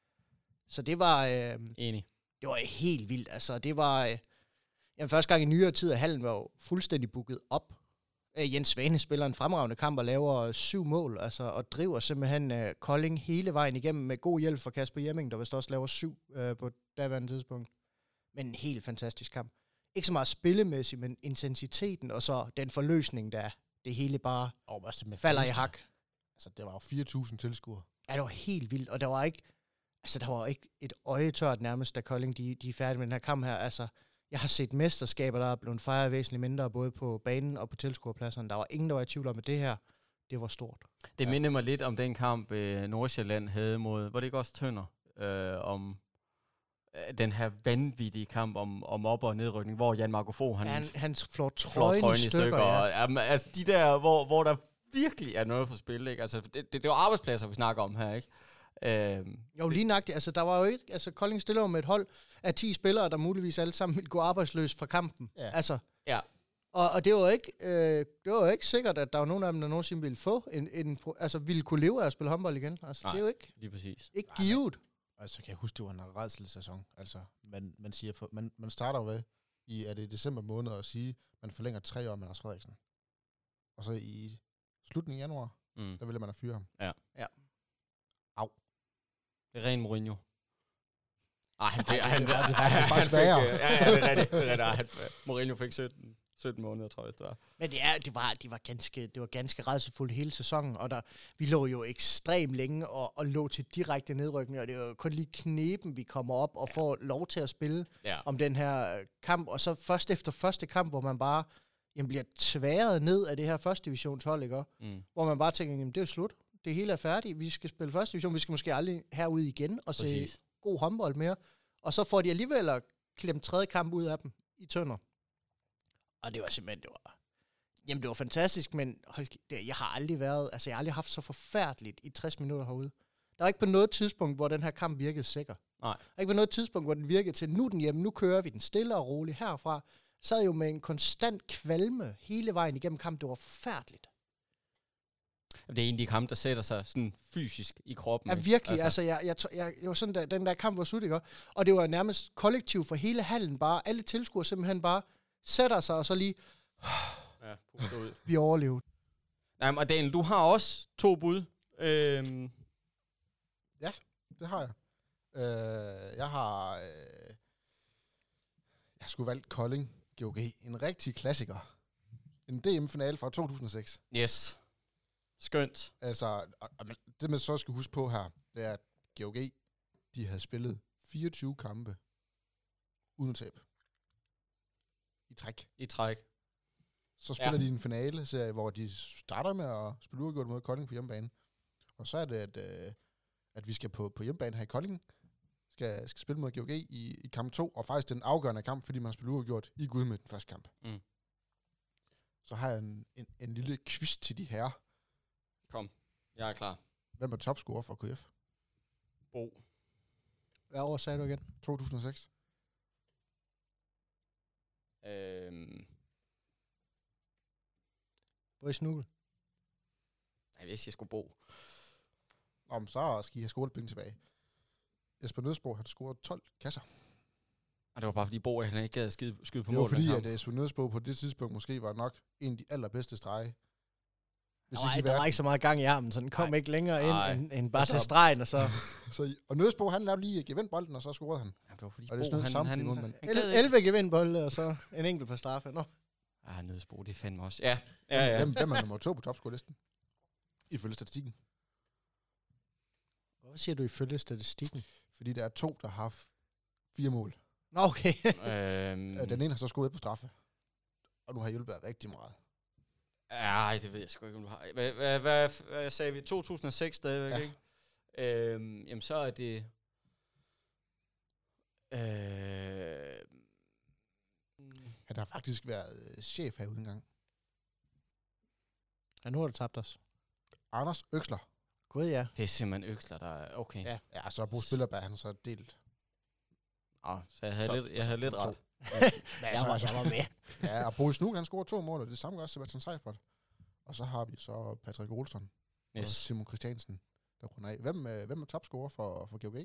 Så det var... Øh, Enig. Det var helt vildt. Altså, det var... Øh, jamen, første gang i nyere tid, at hallen var jo fuldstændig booket op. Øh, Jens Svane spiller en fremragende kamp og laver syv mål, altså, og driver simpelthen øh, Kolding hele vejen igennem med god hjælp fra Kasper Jemming, der vist også laver syv øh, på daværende tidspunkt. Men en helt fantastisk kamp. Ikke så meget spillemæssigt, men intensiteten, og så den forløsning, der det hele bare oh, med falder i hak. Altså, det var jo fire tusind tilskuere. Ja, det var helt vildt, og der var ikke, altså, der var ikke et øjetørt nærmest, da Kolding de, de er færdige med den her kamp her. Altså, jeg har set mesterskaber, der er blevet fejret væsentligt mindre, både på banen og på tilskuerpladserne. Der var ingen, der var i tvivl om, at det her, det var stort. Det ja. minder mig lidt om den kamp, øh, Nordsjælland havde mod, var det ikke også Tønder, øh, om øh, den her vanvittige kamp om, om op- og nedrykning, hvor Jan Marco Fogh, han, han, han slår trøjen, slår trøjen i stykker. stykker ja. og, jamen, altså de der, hvor, hvor der virkelig er noget for spil, ikke? Altså, det, det, det er jo arbejdspladser, vi snakker om her, ikke? Øhm, jo, lige nøjagtigt. Altså, der var jo ikke... Altså, Kolding stiller jo med et hold af ti spillere, der muligvis alle sammen ville gå arbejdsløs fra kampen. Ja. Altså, ja. Og, og det var ikke øh, det var ikke sikkert, at der var nogen af dem, der nogensinde ville få en... en altså, ville kunne leve af at spille håndbold igen. Altså, Nej, det er jo ikke... lige præcis. Ikke givet. Altså, kan jeg huske, det var en rædselig sæson. Altså, man, man, siger for, man, man starter ved i, er det i december måned at sige, man forlænger tre år med Lars Frederiksen. Og så i slutningen af januar, mm. der ville man at fyre ham. Ja. Ja. Au. Det er ren Mourinho. Ej, han fik... det er faktisk værre. Ja, ja, det er rigtigt. Det er rigtigt. Han, Mourinho fik sytten, sytten måneder, tror jeg, det var. Men det, er, det, var, det, var ganske, det var ganske rædselsfuldt hele sæsonen, og der, vi lå jo ekstremt længe og, og lå til direkte nedrykning, og det var kun lige knepen, vi kommer op og ja. får lov til at spille ja. om den her kamp. Og så først efter første kamp, hvor man bare jamen, bliver tværet ned af det her første divisionshold, ikke? Mm. Hvor man bare tænker, jamen det er jo slut. Det hele er færdigt. Vi skal spille første division. Vi skal måske aldrig herude igen og Præcis. se god håndbold mere. Og så får de alligevel at klemme tredje kamp ud af dem i Tønder. Og det var simpelthen, det var, jamen det var fantastisk, men hold, det, jeg har aldrig været, altså jeg har aldrig haft så forfærdeligt i tres minutter herude. Der var ikke på noget tidspunkt, hvor den her kamp virkede sikker. Nej. Der var ikke på noget tidspunkt, hvor den virkede til, nu den hjemme, nu kører vi den stille og roligt herfra. Sad jo med en konstant kvalme hele vejen igennem kampen. Det var forfærdeligt. Det er en af de kampe, der sætter sig sådan fysisk i kroppen. Ja, virkelig. Altså, altså jeg, jeg, jeg, jeg var sådan, der, den der kamp var slut, ikke? Og det var nærmest kollektiv for hele hallen bare. Alle tilskuere simpelthen bare sætter sig, og så lige... ja, ud. Vi overlevede. Jamen, og Daniel, du har også to bud. Øhm. Ja, det har jeg. Øh, jeg har... Øh, jeg skulle valgt Kolding G O G. En rigtig klassiker. En D M-finale fra to tusind og seks. Yes. Skønt. Altså, det man så skal huske på her, det er, at G O G, de havde spillet fireogtyve kampe uden tab. I træk. I træk. Så spiller ja. de en finale, serie, hvor de starter med at spille uafgjort mod Kolding på hjemmebane. Og så er det, at, øh, at vi skal på, på hjemmebane her i Kolding, skal, skal spille mod G O G i, i kamp to, og faktisk den afgørende kamp, fordi man har spillet uafgjort i Gud med den første kamp. Mm. Så har jeg en, en, en lille quiz til de her. Kom, jeg er klar. Hvem er topscorer for K F? Bo. Hvad år sagde du igen? to tusind og seks. Øhm. Bo i Snugel. Jeg vidste, jeg skulle Bo. Om så skal I have scoret penge tilbage. Jesper Nødsbo, han scorede tolv kasser. Og det var bare fordi Bo han ikke gad skide, skyde på mål. Det var fordi, at Jesper Nødsbo på det tidspunkt måske var nok en af de allerbedste strege. Hvis Nej, der var ikke så meget gang i armen, så den kom Ej. ikke længere ind Ej. end, end bare til stregen, og så... så og Nødsbo, han lavede lige gevindbolden, og så scorede han. Ja, det var fordi og det Bo, han... han, imod, han, han elleve gevindbolde, og så en enkelt på straffe. Nå. Ah, Nødsbo, det er fandme også. Ja, ja, ja. Hvem, hvem er nummer to på topscore-listen? Ifølge statistikken. Hvorfor siger du ifølge statistikken? Fordi der er to, der har haft fire mål. Nå, okay. øhm. Den ene har så scoret på straffe. Og nu har hjulpet rigtig meget. Ej, det ved jeg sgu ikke, om du har. Hvad, hvad, hvad, hvad sagde vi? to tusind og seks stadigvæk, ja. ikke? Øhm, jamen, så er det... Øh, Han har faktisk været øh, chef herude engang. Ja, nu har du tabt os. Anders Øksler. Gud, ja. Det er simpelthen Øksler, der er okay. Ja, ja så Bo Spillerberg, han så delt. Ah, så jeg havde så, lidt, jeg havde lidt ret. Ja, jeg var så var med. Ja, og Bo Snug, han scorer to mål, og det samme gør også Sebastian Seifert. Og så har vi så Patrick Olsson yes. og Simon Christiansen, der runder af. Hvem, øh, hvem er topscorer for, for G O G?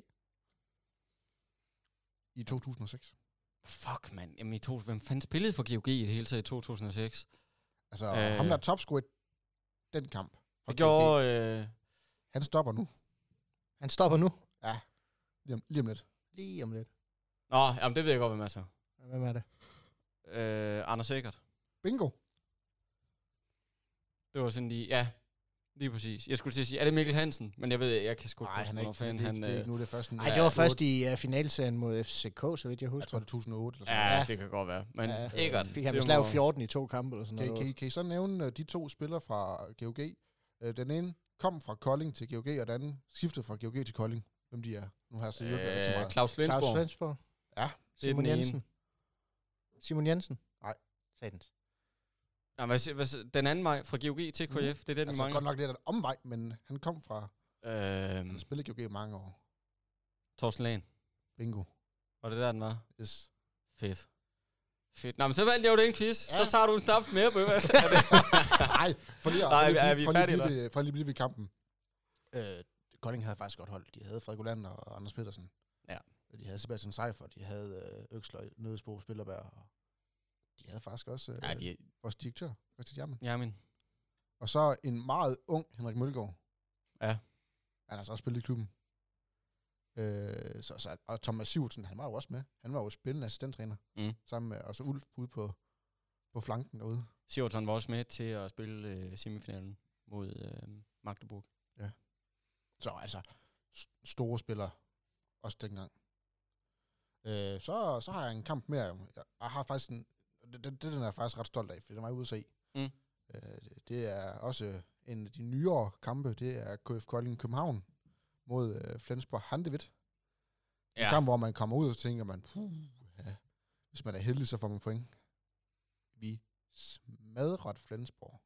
I to tusind og seks. Fuck, mand. Jamen, i to, hvem fanden spillede for G O G i det hele taget i to tusind og seks? Altså, øh, ham der er topscorer i den kamp. Det gjorde... Øh, han stopper nu. Han stopper nu? Ja, lige om, lige om lidt. Lige om lidt. Nå, jamen det ved jeg godt, hvem er så. Hvem er det? Øh, Anders Sikkert. Bingo. Det var sådan lige, ja, lige præcis. Jeg skulle til at sige, er det Mikkel Hansen? Men jeg ved, jeg kan sgu ikke huske, hvornår fanden han... Det, det, det, nu er det først... Nej, det var først i uh, finalserien mod F C K, så vidt jeg husker. Jeg tror, det er to tusind og otte. Eller sådan ja, noget. ja, det kan godt være. Men ja, Eggert... Fik han vist lavet fjorten i to kampe eller sådan kan, noget. Kan, kan I så nævne uh, de to spillere fra G O G? Uh, den ene kom fra Kolding til G O G, og den anden skiftede fra G O G til Kolding. Hvem de er? Nu har jeg så hjulpet øh, så meget. Claus Flensborg. Claus Flensborg. Ja. Simon Jensen. Simon Jensen? Nej. Satans. Nå, hvad, hvad, den anden vej fra G O G til K F, mm. det er den, altså, vi mangler. Godt nok det er en omvej, men han kom fra... Øhm. Han spillede G O G i mange år. Torsten Lahn. Bingo. Var det der, den var? Yes. Fedt. Fedt. Nå, men så valgte jeg jo den quiz. Ja. Så tager du en snap mere på. Nej, for lige, Nej, for lige, er vi for færdige, lige, blive, for lige blive ved kampen. Øh, Kolding havde faktisk godt hold. De havde Frederik Olander og Anders Petersen. Ja. De havde Sebastian Seifert, de havde øh, Øksler, Nødsbo, Spillerberg, og de havde faktisk også øh, ja, de... vores direktør, Christian Jamen. Jamen. Og så en meget ung Henrik Mølgaard. Ja. Han har så også spillet i klubben. Øh, så, så, og Thomas Sivertsen, han var jo også med. Han var jo spillende assistenttræner. Mm. Sammen med også Ulf ude på, på flanken derude. Sivertsen var også med til at spille øh, semifinalen mod øh, Magdeburg. Ja. Så altså, st- store spillere også dengang. Øh, så, så har jeg en kamp mere. Jeg har faktisk en, det, det, det den er jeg faktisk ret stolt af, for den var jeg ude at se. Mm. Øh, det, det er også en af de nyere kampe, det er K F Kolding København mod øh, Flensborg Handewitt. Ja. En kamp, hvor man kommer ud og tænker, man, puh, ja, hvis man er heldig, så får man point. Vi smadret Flensborg.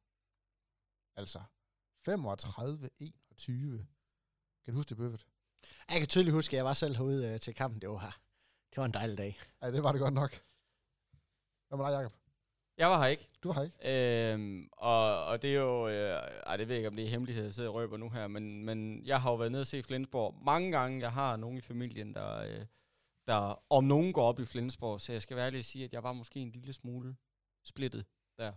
Altså femogtredive enogtyve. Kan du huske det, Bøvet? Jeg kan tydeligt huske, at jeg var selv herude øh, til kampen. Det var her. Det var en dejlig dag. Ja, det var det godt nok. Hvad med dig, Jacob? Jeg var her ikke. Du var her ikke? Øhm, og, og det er jo... Øh, ej, det ved jeg ikke, om det er hemmelighed, jeg sidder og røber nu her, men, men jeg har jo været nede og se Flensborg mange gange. Jeg har nogen i familien, der, øh, der om nogen går op i Flensborg, så jeg skal være ærlig at sige, at jeg var måske en lille smule splittet der.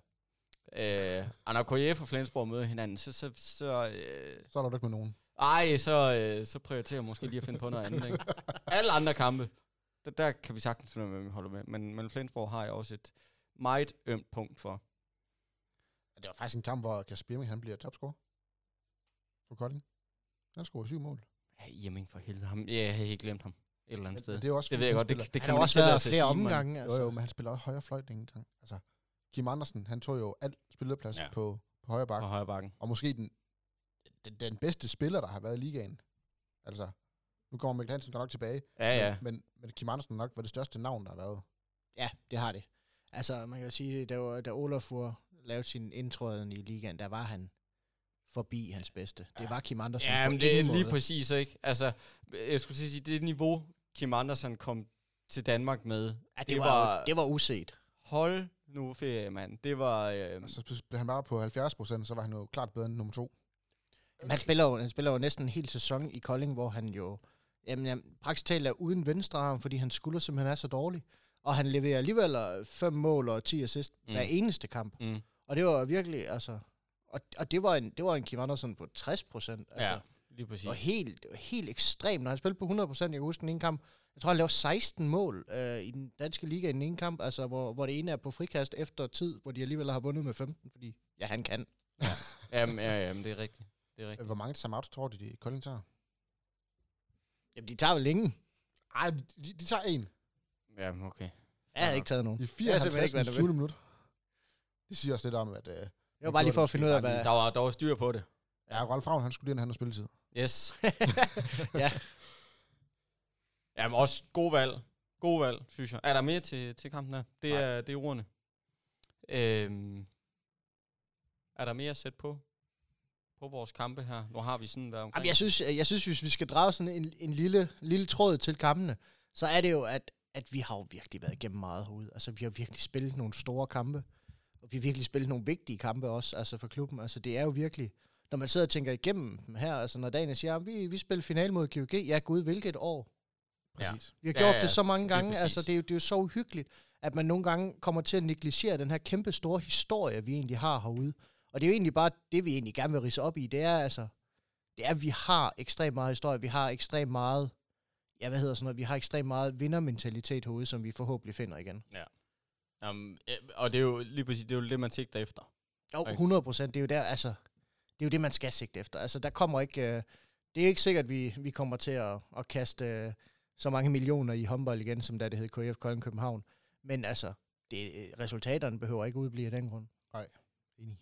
Øh, og når K F og Flensborg møder hinanden, så... Så, så, øh, så er der ikke med nogen. Ej, så, øh, så prioriterer jeg måske lige at finde på noget andet. Ikke? Alle andre kampe, der, der kan vi sagtens finde, hvem vi holder med. Men, men Flensborg har jeg også et meget ømt punkt for. Det var faktisk en kamp, hvor Kasper Birming, han bliver topscorer for Kolding. Han scorer syv mål. Ja, jamen for helvede. Ham, ja, jeg havde helt glemt ham et eller andet Men, sted. men det er også, det ved jeg godt. Det, det, det han kan har man også ikke været tillade sig flere at sige, omgange. Altså. Altså. Jo, jo, men han spiller også højre fløjt en gang. Altså, Kim Andersen, han tog jo alt spillerplads ja. på, på højre bakke. På højre bakken. Og måske den, den, den bedste spiller, der har været i ligaen. Altså, nu kommer Mikkel Hansen nok tilbage. Ja, ja. Men, men, men Kim Andersen nok var det største navn, der har været. Ja, det har det. Altså, man kan jo sige, da, da Olafur lavede sin indtræden i ligaen, der var han forbi hans bedste. Det var Kim Andersen. Ja, men det er lige præcis, ikke? Altså, jeg skulle sige, det niveau, Kim Andersen kom til Danmark med, ja, det, det, var, var, det var uset. Hold nu ferie, mand. Det var... Øh, så blev han bare på halvfjerds procent, så var han jo klart bedre end nummer to. Jamen, han, spiller jo, han spiller jo næsten en hel sæson i Kolding, hvor han jo jamen, jamen, praktisk talt er uden venstre arm, fordi hans skulder simpelthen er så dårlig. Og han leverer alligevel fem mål og ti assist mm. hver eneste kamp. Mm. Og det var virkelig, altså... Og, og det var en, det var en Kim Andersen på tres procent. Altså, ja, lige præcis. Det var helt, det var helt ekstremt. Når han spillede på hundrede procent, jeg kan huske den ene kamp, jeg tror, han lavede seksten mål øh, i den danske liga i den ene kamp, altså, hvor, hvor det ene er på frikast efter tid, hvor de alligevel har vundet med femten, fordi ja, han kan. Ja, jamen, ja, jamen, det er rigtigt. Det er rigtigt. Hvor mange timeouts tror du, de Kolding tager? Jamen, de tager vel ingen. Ej, de, de tager en. Ja, okay. Jeg havde ikke taget nogen. I fireoghalvtreds tyve minutter. Det siger også lidt om, at... Uh, det var bare lige for at finde ud af, hvad... Der var, der var styr på det. Ja, Rolf Ravn, han skulle lige have noget spilletid. Yes. ja. Jamen også god valg. God valg, synes jeg. Er der mere til, til kampen her? Det er, det er ordene. Øhm, er der mere at sætte på? På vores kampe her? Nu har vi sådan været omkring. Jamen, jeg synes, jeg synes, hvis vi skal drage sådan en, en lille, lille tråd til kampene, så er det jo, at, at vi har jo virkelig været igennem meget herude. Altså, vi har virkelig spillet nogle store kampe. Og vi har virkelig spillet nogle vigtige kampe også, altså for klubben. Altså, det er jo virkelig... Når man sidder og tænker igennem dem her, altså når Daniel siger, at vi, vi spiller finale mod G O G, ja gud, hvilket år. Præcis. Vi har gjort ja, ja, det så mange gange, det altså det er, jo, det er jo så uhyggeligt, at man nogle gange kommer til at negligere den her kæmpe store historie, vi egentlig har herude. Og det er jo egentlig bare det, vi egentlig gerne vil ridse op i, det er altså, det er, at vi har ekstremt meget historie, vi har ekstremt meget, ja hvad hedder sådan noget, vi har ekstremt meget vindermentalitet herude, som vi forhåbentlig finder igen. Ja. Um, og det er jo lige præcis, det er jo det, man sigter efter. Jo, hundrede procent, det er jo der, altså, det er jo det, man skal sigte efter. Altså, der kommer ikke, øh, det er ikke sikkert, at vi, vi kommer til at, at kaste øh, så mange millioner i håndbold igen, som da det hed K F Kolding København. Men altså, det, resultaterne behøver ikke udblive af den grund. Nej, enig.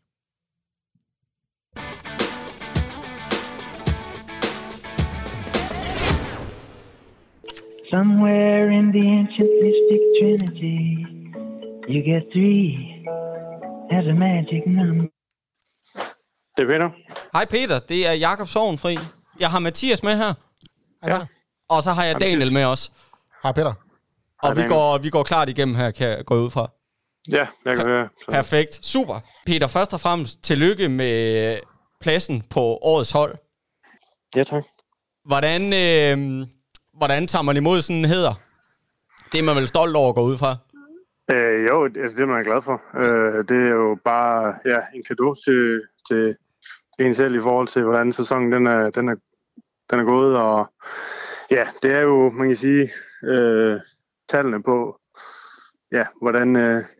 Somewhere in the ancient mystic trinity, you get three as a magic number. Det er Peter. Hej Peter, det er Jakob Sorgenfri. Jeg har Mathias med her. Hej Peter. Og så har jeg Daniel med os. Hej Peter. Og vi går, vi går klart igennem her, kan jeg gå ud fra. Ja, jeg kan høre. Så. Perfekt. Super. Peter, først og fremmest tillykke med pladsen på årets hold. Ja, tak. Hvordan, øh, hvordan tager man imod sådan en hæder? Det er man vel stolt over at gå ud fra? Øh, jo, altså, det er man glad for. Øh, det er jo bare ja, en cadeau til, til en selv i forhold til, hvordan sæsonen den er, den er, den er gået. Og ja, det er jo, man kan sige, øh, tallene på, ja, hvordan, øh,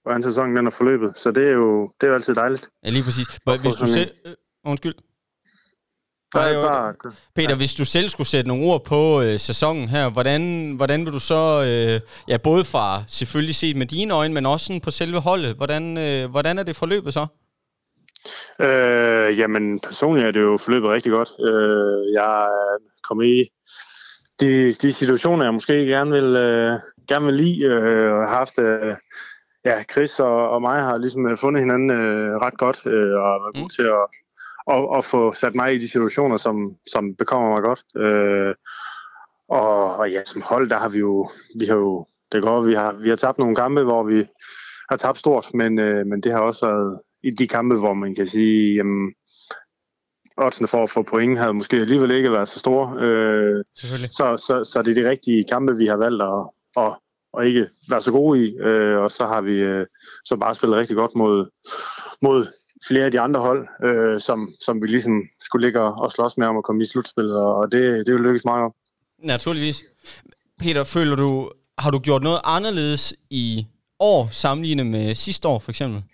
hvordan sæsonen den er forløbet. Så det er jo, det er jo altid dejligt. Ja, lige præcis. Hvis du selv... Øh, undskyld. Der er bare... Peter, ja. Hvis du selv skulle sætte nogle ord på øh, sæsonen her, hvordan, hvordan vil du så, øh, ja, både fra selvfølgelig set med dine øjne, men også sådan på selve holdet, hvordan, øh, hvordan er det forløbet så? Øh, jamen, personligt er det jo forløbet rigtig godt. Øh, jeg er kommet i de, de situationer, jeg måske gerne vil, øh, gerne vil lide, øh, og har haft... Øh, ja, Chris og, og mig har ligesom fundet hinanden øh, ret godt, øh, og været gode mm. til at og, og få sat mig i de situationer, som, som bekommer mig godt. Øh, og, og ja, som hold, der har vi jo, vi har jo, det går, vi har, vi har tabt nogle kampe, hvor vi har tabt stort, men, øh, men det har også været i de kampe, hvor man kan sige, jamen, oddsene for at få point havde måske alligevel ikke været så store. Øh, så, så, så det er de rigtige kampe, vi har valgt at, at, at ikke være så gode i, øh, og så har vi øh, så bare spillet rigtig godt mod, mod flere af de andre hold, øh, som, som vi ligesom skulle ligge og slås med om at komme i slutspillet, og det, det vil lykkes meget godt. Naturligvis. Peter, føler du, har du gjort noget anderledes i år sammenlignet med sidste år, for eksempel?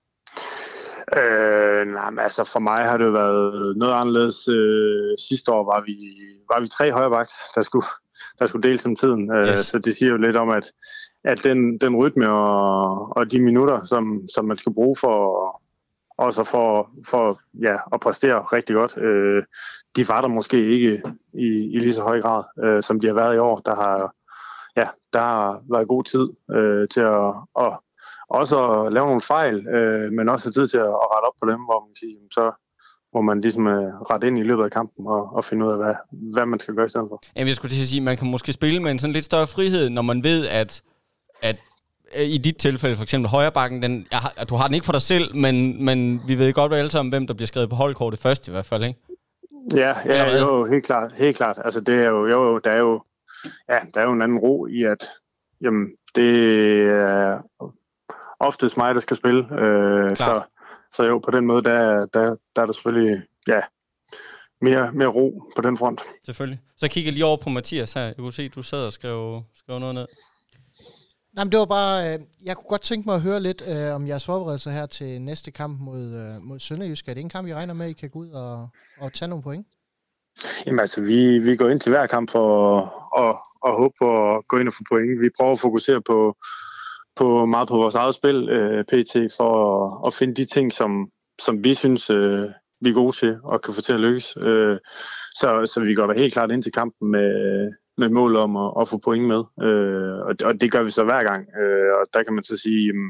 Øh, nej, men altså for mig har det været noget anderledes. Øh, sidste år var vi, var vi tre højrebacks, der skulle, der skulle dele som tiden, øh, yes. Så det siger jo lidt om, at, at den, den rytme og, og de minutter, som, som man skal bruge for også for, for ja, at præstere rigtig godt. Øh, de var der måske ikke i, i lige så høj grad, øh, som de har været i år. Der har, ja, der har været god tid øh, til at, at også at lave nogle fejl, øh, men også tid til at, at rette op på dem, hvor man siger, så må man ligesom øh, rette ind i løbet af kampen og, og finde ud af, hvad, hvad man skal gøre i stedet for. Jamen, jeg skulle til at sige, at man kan måske spille med en sådan lidt større frihed, når man ved, at, at i dit tilfælde, for eksempel højrebakken, den, jeg har, du har den ikke for dig selv, men, men vi ved godt alle sammen, hvem der bliver skrevet på holdkortet først i hvert fald, ikke? Ja, ja jo, helt klart, helt klart. Altså det er jo, jo, der er jo, ja, der er jo en anden ro i, at jamen, det er oftest mig, der skal spille, øh, så, så jo, på den måde, der, der, der er der selvfølgelig, ja, mere, mere ro på den front. Selvfølgelig. Så kigger jeg lige over på Mathias her. Jeg kunne se, at du sad og skrev, skrev noget ned. Nej, men det var bare, øh, jeg kunne godt tænke mig at høre lidt øh, om jeres forberedelser her til næste kamp mod, øh, mod Sønderjysk. Er det en kamp, I regner med, at I kan gå ud og, og tage nogle point? Jamen altså, vi, vi går ind til hver kamp for at, at, at håbe på at gå ind og få point. Vi prøver at fokusere på, på meget på vores eget spil, øh, P T, for at, at finde de ting, som, som vi synes, øh, vi er gode til og kan få til at lykkes. Øh, så, så vi går da helt klart ind til kampen med med mål om at, at få point med. Øh, og, og det gør vi så hver gang. Øh, og der kan man så sige, at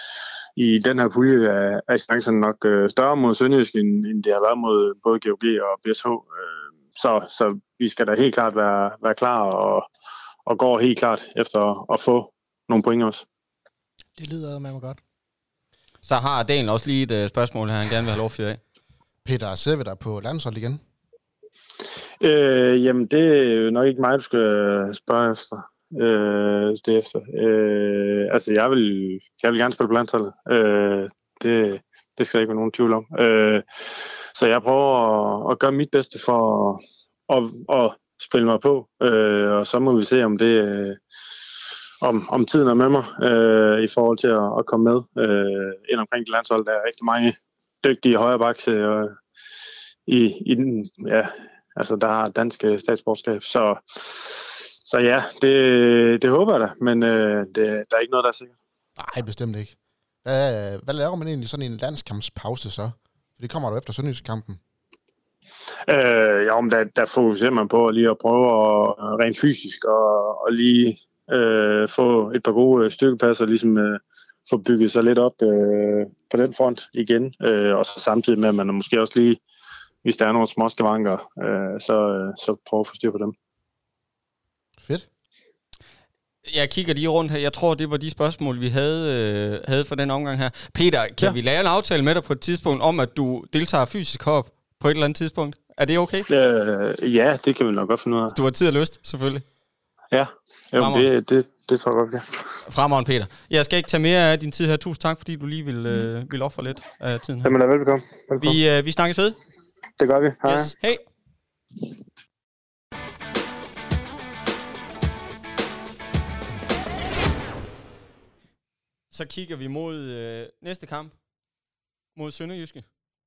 i den her pulje er, er chancen nok øh, større mod Sønderjysk, end, end det har været mod både G O G og B S H. Øh, så, så vi skal da helt klart være, være klar og, og går helt klart efter at få nogle point også. Det lyder med mig godt. Så har Daniel også lige et uh, spørgsmål her, han gerne vil have lov til af. Peter, ser vi dig på landshold igen? Øh, jamen, det er jo nok ikke mig, du skal spørge efter. Øh, det efter. Øh, altså, jeg vil, jeg vil gerne spille på landsholdet. Øh, det, det skal der ikke være nogen tvivl om. Øh, så jeg prøver at, at gøre mit bedste for at, at, at spille mig på. Øh, og så må vi se, om det øh, om, om tiden er med mig øh, i forhold til at, at komme med øh, ind omkring det landshold. Der er rigtig mange dygtige højrebacks øh, i, i den, ja, altså, der har dansk statsborgerskab. Så, så ja, det, det håber jeg da, men øh, det, der er ikke noget, der er sikkert. Nej, bestemt ikke. Hvad, hvad laver man egentlig sådan en landskampspause så? For det kommer du efter Sønderjysk-kampen. Øh, ja, men der, der fokuserer man på lige at prøve at rent fysisk og, og lige øh, få et par gode styrkepasser, ligesom øh, få bygget sig lidt op øh, på den front igen. Øh, og så samtidig med, at man måske også lige, hvis der er nogle små skavanker, øh, så, så prøv at få styr på dem. Fedt. Jeg kigger lige rundt her. Jeg tror, det var de spørgsmål, vi havde, øh, havde for den omgang her. Peter, kan ja. vi lave en aftale med dig på et tidspunkt om, at du deltager fysisk hop på et eller andet tidspunkt? Er det okay? Øh, ja, det kan vi nok godt finde ud af. Du har tid og lyst, selvfølgelig. Ja, Jamen, det, det, det tror jeg godt, ja. Fremragende, Peter. Jeg skal ikke tage mere af din tid her. Tusind tak, fordi du lige vil, øh, vil ofre lidt af tiden her. Jamen, er velbekomme. velbekomme. Vi, øh, vi snakkes ved. Det gør vi. Hej. Yes. Hej. så kigger vi mod øh, næste kamp. Mod Sønderjyske.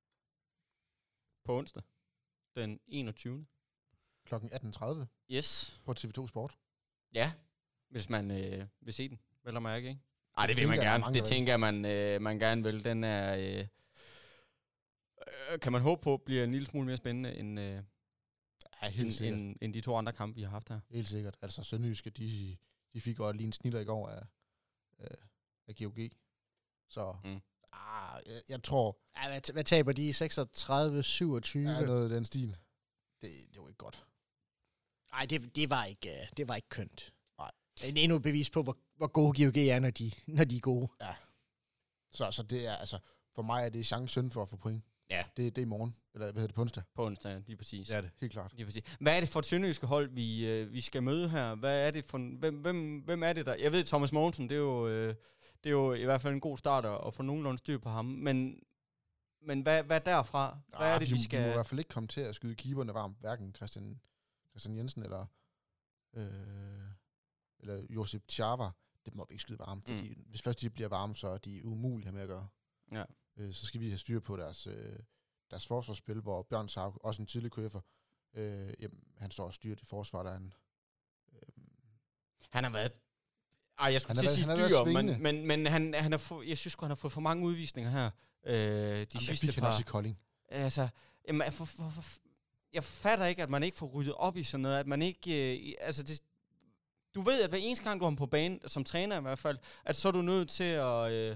På onsdag. Den enogtyvende klokken atten tredive Yes. på T V to Sport. Ja, hvis man øh, vil se den. Vel og mærke, ikke? Ej, det, Det vil man tænker jeg, der er gerne. mange, Det der tænker jeg, man, øh, man gerne vil. Den er... Øh, øh, kan man håbe på, bliver en lille smule mere spændende, end, øh, Ja, helt end, sikkert. end, end de to andre kampe, vi har haft her. Helt sikkert. Altså, Sønderjyske, de, de fik godt lige en snitter i går af, øh, af G O G. Så Mm. ah, jeg, jeg tror, Ja, hvad, hvad taber de? seksogtredive syvogtyve? der er noget af den stil. Det, det var ikke godt. Nej, det, det, var ikke, uh, det var ikke kønt. Nej. En endnu et bevis på, hvor, hvor gode G O G er, når de, når de er gode. Så, så det er, altså, for mig er det chancen for at få point. Ja. Det, det er i morgen. Eller hvad hedder det, på onsdag? På onsdag, lige præcis. Det er det, helt klart. Lige præcis. Hvad er det for et sønderjyske hold, vi, øh, vi skal møde her? Hvad er det for en, hvem, hvem, hvem er det der? Jeg ved, Thomas Mogensen, det er jo, øh, det er jo i hvert fald en god start at få nogenlunde styr på ham. Men, men hvad, hvad derfra? Hvad Ah, er det, vi, vi skal... Vi må i hvert fald ikke komme til at skyde keeperne varmt. Hverken Christian, Christian Jensen eller, øh, eller Josip Chava. Det må vi ikke skyde varme, fordi mm. hvis først de bliver varme, så er de umulige med at gøre. Ja. Øh, så skal vi have styr på deres, øh, deres forsvarsspil, hvor Bjørn Saug, også en tidlig K F'er, øh, jamen, han står og styrer det forsvar, der er en... Øh, Han har været... Ej, jeg skulle Han til har at sige været- han har været dyr, men, svingende. men, men han, han har få, jeg synes sgu, han har fået for mange udvisninger her. Øh, de jamen, det sidste fik han par... også i Kolding. Altså, jamen, jeg, for, for, for, jeg fatter ikke, at man ikke får ryddet op i sådan noget, at man ikke, øh, altså det, du ved, at hver eneste gang, du har ham på banen, som træner i hvert fald, at så er du nødt til at, øh,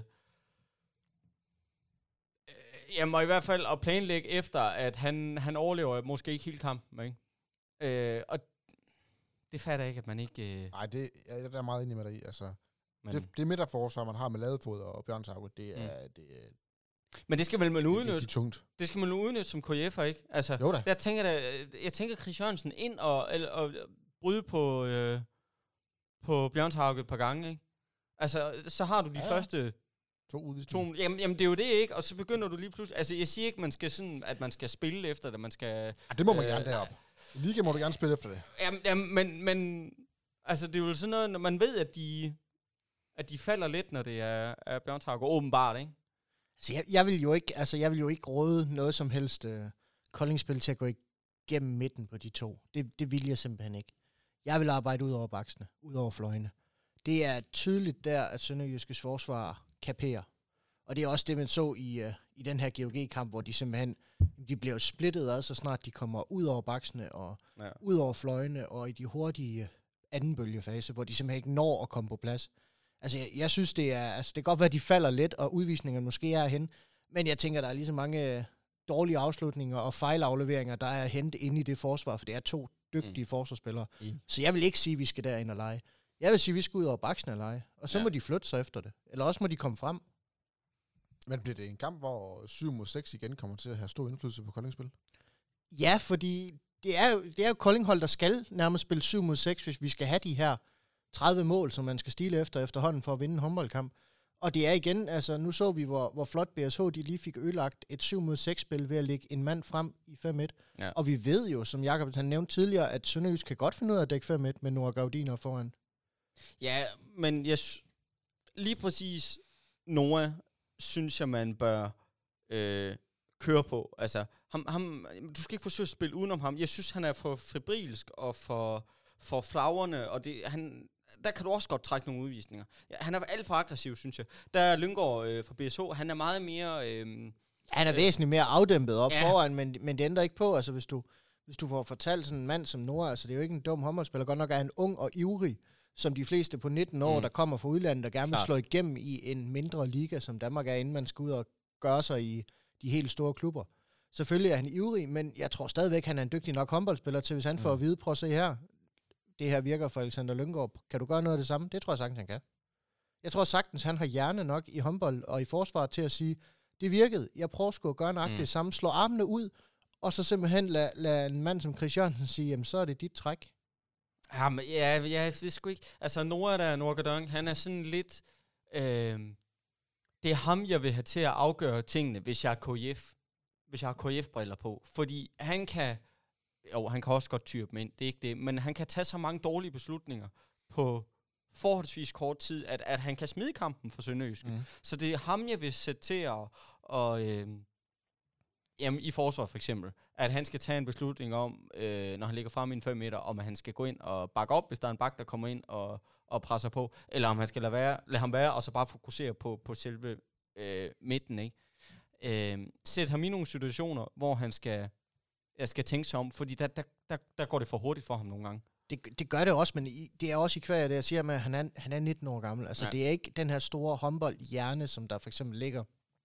øh, jamen, og i hvert fald at planlægge efter, at han, han overlever måske ikke hele kampen, ikke? Øh, og det fatter jeg ikke, at man ikke... Øh, Nej, det jeg er der meget enig med dig i. Altså, men, det, det midterforsvar, man har med Ladefod og Bjørn Saug, det er... Mm. Det, er men det skal vel man det er udnytte. virkelig tungt. Det skal man udnytte som K F'er, ikke? Altså, Jo da. jeg tænker, da, jeg tænker Chris Jørgensen ind og, eller, og bryde på, øh, på Bjørnshauge et par gange, ikke? Altså, så har du de Ja. ja. første To udvisninger. to... Jamen, jamen, det er jo det, ikke? Og så begynder du lige pludselig... Altså, jeg siger ikke, man skal sådan, at man skal spille efter det, man skal... Ja, det må man øh, gerne derop. I liga må du gerne spille efter det. Jamen, jamen men, men... Altså, det er jo sådan noget, når man ved, at de... At de falder lidt, når det er, er Bjørnshauge, åbenbart, ikke? Så jeg, jeg vil jo ikke, altså jeg vil jo ikke råde noget som helst uh, Kolding-spil til at gå igennem midten på de to. Det, det vil jeg simpelthen ikke. Jeg vil arbejde ud over baksene, ud over fløjene. Det er tydeligt der, at Sønderjyskes forsvar kaperer. Og det er også det, man så i, uh, i den her G O G-kamp, hvor de simpelthen, de bliver splittet ad, så snart de kommer ud over baksene og Ja. ud over fløjene og i de hurtige uh, anden bølgefase, hvor de simpelthen ikke når at komme på plads. Altså, jeg, jeg synes, det er... Altså, det kan godt være, at de falder lidt, og udvisningerne måske er hen. Men jeg tænker, der er lige så mange øh, dårlige afslutninger og fejlafleveringer, der er hentet inde i det forsvar, for det er to dygtige mm. forsvarsspillere. Mm. Så jeg vil ikke sige, at vi skal derind og lege. Jeg vil sige, at vi skal ud over baksen og lege. Og så Ja. må de flytte sig efter det. Eller også må de komme frem. Men bliver det en kamp, hvor syv mod seks igen kommer til at have stor indflydelse på Kolding-spil? Ja, fordi det er jo, det er jo Koldinghold, der skal nærmest spille syv mod seks, hvis vi skal have de her tredive mål, som man skal stile efter efterhånden for at vinde en håndboldkamp. Og det er igen, altså nu så vi, hvor, hvor flot B S H de lige fik ødelagt et syv mod seks spil ved at lægge en mand frem i fem et. Ja. Og vi ved jo, som Jakob han nævnte tidligere, at Sønderjysk kan godt finde ud af at dække fem et med Nora Gaudiner foran. Ja, men jeg sy- lige præcis Noah synes jeg, man bør øh, køre på. Altså, ham, ham, du skal ikke forsøge at spille udenom ham. Jeg synes, han er for febrilsk og for, for flagrende, og det, han, der kan du også godt trække nogle udvisninger. Ja, han er alt for aggressiv, synes jeg. Der er Lyngård øh, fra B S H, han er meget mere... Øh, Han er Øh, væsentligt mere afdæmpet op ja. ja. foran, men, men det ændrer ikke på, altså hvis du, hvis du får fortalt sådan en mand som Nora, altså det er jo ikke en dum håndboldspiller, godt nok er han ung og ivrig, som de fleste på nitten år, Mm. der kommer fra udlandet og gerne vil Klart. slå igennem i en mindre liga, som Danmark er, inden man skal ud og gøre sig i de helt store klubber. Selvfølgelig er han ivrig, men jeg tror stadigvæk, han er en dygtig nok håndboldspiller til, hvis han mm. får at vide, prøv at se her, det her virker for Alexander Lyngård. Kan du gøre noget af det samme? Det tror jeg sagtens, han kan. Jeg tror sagtens, han har hjerne nok i håndbold og i forsvar til at sige, det virkede. Jeg prøver sgu at gøre nøjagtigt det samme. Slå armene ud, og så simpelthen lade lad en mand som Chris Jørgensen sige, jamen så er det dit træk. Jamen, ja, ja, det er sgu ikke... Altså, Nora, der er Norgadong, han er sådan lidt... Øh, det er ham, jeg vil have til at afgøre tingene, hvis jeg er K F. Hvis jeg har K F-briller på. Fordi han kan... Jo, han kan også godt tyre dem ind, det er ikke det. Men han kan tage så mange dårlige beslutninger på forholdsvis kort tid, at, at han kan smide kampen for Sønderjyske. Mm. Så det er ham, jeg vil sætte til at, og, øh, jamen, i forsvar for eksempel, at han skal tage en beslutning om, øh, når han ligger frem i en fem meter, om at han skal gå ind og bakke op, hvis der er en bak, der kommer ind og, og presser på, eller om han skal lade, være, lade ham være, og så bare fokusere på, på selve øh, midten, ikke? Øh, sæt ham i nogle situationer, hvor han skal, jeg skal tænke sig om, fordi der, der, der, der går det for hurtigt for ham nogle gange. Det, det gør det også, men i, det er også i kvæg, det jeg siger med, at han er, han er nitten år gammel. Altså, ja. Det er ikke den her store håndboldhjerne, som der for eksempel ligger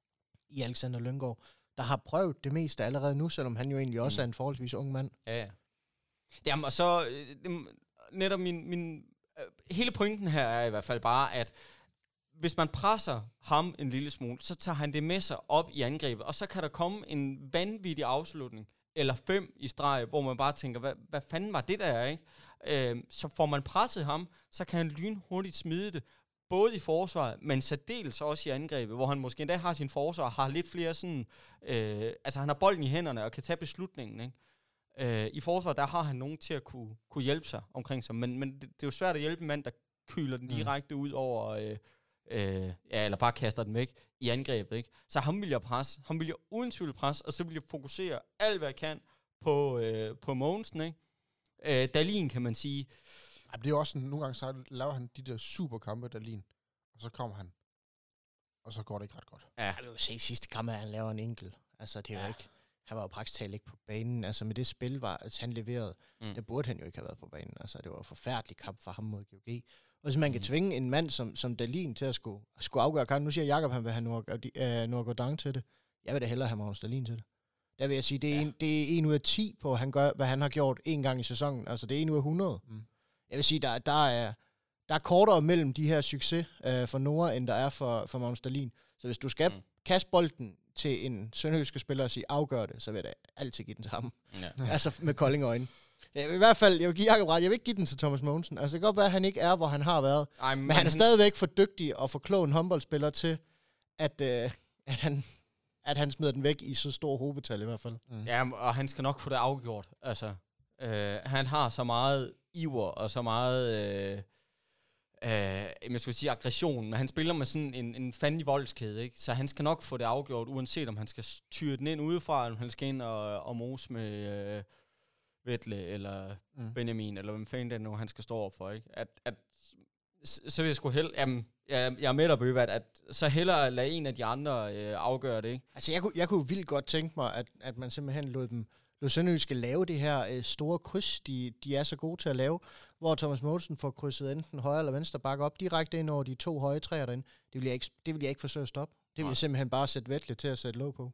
i Alexander Lynggaard, der har prøvet det meste allerede nu, selvom han jo egentlig også mm. er en forholdsvis ung mand. Ja, ja. Jamen, og så øh, netop min, min øh, hele pointen her er i hvert fald bare, at hvis man presser ham en lille smule, så tager han det med sig op i angrebet, og så kan der komme en vanvittig afslutning, eller fem i streg, hvor man bare tænker, hvad, hvad fanden var det der, ikke? Øh, så får man presset ham, så kan han lynhurtigt smide det, både i forsvaret, men særdeles også i angrebet, hvor han måske endda har sin forsvar, har lidt flere sådan, øh, altså han har bolden i hænderne og kan tage beslutningen, ikke? Øh, I forsvaret, der har han nogen til at kunne, kunne hjælpe sig omkring sig, men, men det, det er jo svært at hjælpe en mand, der kyler den direkte ud over, øh, øh, ja, eller bare kaster den væk i angrebet, ikke? Så ham vil jeg presse, ham vil jeg uden tvivl presse, og så vil jeg fokusere alt, hvad jeg kan på, øh, på Mogensen, ikke? Øh, Dahlin, kan man sige. Ej, det er jo også sådan, nogle gange så laver han de der superkampe, Dahlin, og så kommer han, og så går det ikke ret godt. Ja, du kan se sidste kamp, at han laver en enkel. Altså, det er ja. jo ikke, han var jo praktisk talt ikke på banen. Altså, med det spil, var, at han leverede, mm. det burde han jo ikke have været på banen. Altså, det var en forfærdelig kamp for ham mod G O G. Og hvis man mm. kan tvinge en mand som, som Dahlin til at skulle, skulle afgøre kampen, nu siger Jakob, han vil have Nordgaard til det. Jeg vil da hellere have Magnus Dahlin til det. Der vil jeg sige, det er, ja. en, det er en ud af ti på, han gør, hvad han har gjort en gang i sæsonen. Altså, det er en ud af hundrede. Mm. Jeg vil sige, der, der, er, der er kortere mellem de her succes øh, for Nora, end der er for, for Magnus Dahlin. Så hvis du skal mm. kaste bolden til en sønderjyske spiller og sige, afgør det, så vil jeg da altid give den til ham. Ja. Altså med koldingøjne. Jeg vil i hvert fald, jeg vil give Jakob ret, jeg vil ikke give den til Thomas Mogensen. Altså det kan godt være, at han ikke er, hvor han har været. Ej, men, men han er stadigvæk for dygtig og for klog en håndboldspiller til, at, øh, at, han, at han smider den væk i så stor hovedbetal i hvert fald. Mm. Ja, og han skal nok få det afgjort. Altså, øh, han har så meget iver og så meget, øh, øh, jeg skulle sige aggression, men han spiller med sådan en, en fandelig voldskæde, ikke? Så han skal nok få det afgjort, uanset om han skal tyre den ind udefra, eller om han skal ind og, og mose med øh, Vettle eller mm. Benjamin, eller hvem fanden det er nu, han skal stå over for, ikke? At, at, så vil jeg sgu hellere, jamen, jeg, jeg er med dig, Bøge, at, at så hellere lade en af de andre øh, afgøre det, ikke? Altså, jeg kunne, jeg kunne vildt godt tænke mig, at, at man simpelthen lod dem Sønderjyske skal lave det her øh, store kryds, de, de er så gode til at lave, hvor Thomas Mogensen får krydset enten højre eller venstre bakke op direkte ind over de to høje træer derinde. Det vil jeg ikke, det vil jeg ikke forsøge at stoppe. Det vil jeg simpelthen bare sætte Vettle til at sætte låg på.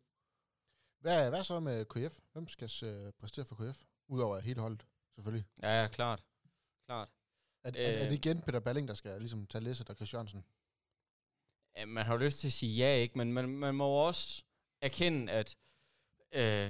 Hvad, hvad så med K F? Hvem skal øh, præstere for K F? Udover hele holdet, selvfølgelig. Ja, ja, klart. klart. Er, øh, er, er det igen Peter Balling, der skal ligesom tage Læsset og Christiansen? Ja, man har jo lyst til at sige ja, ikke? Men man, man må også erkende, at øh,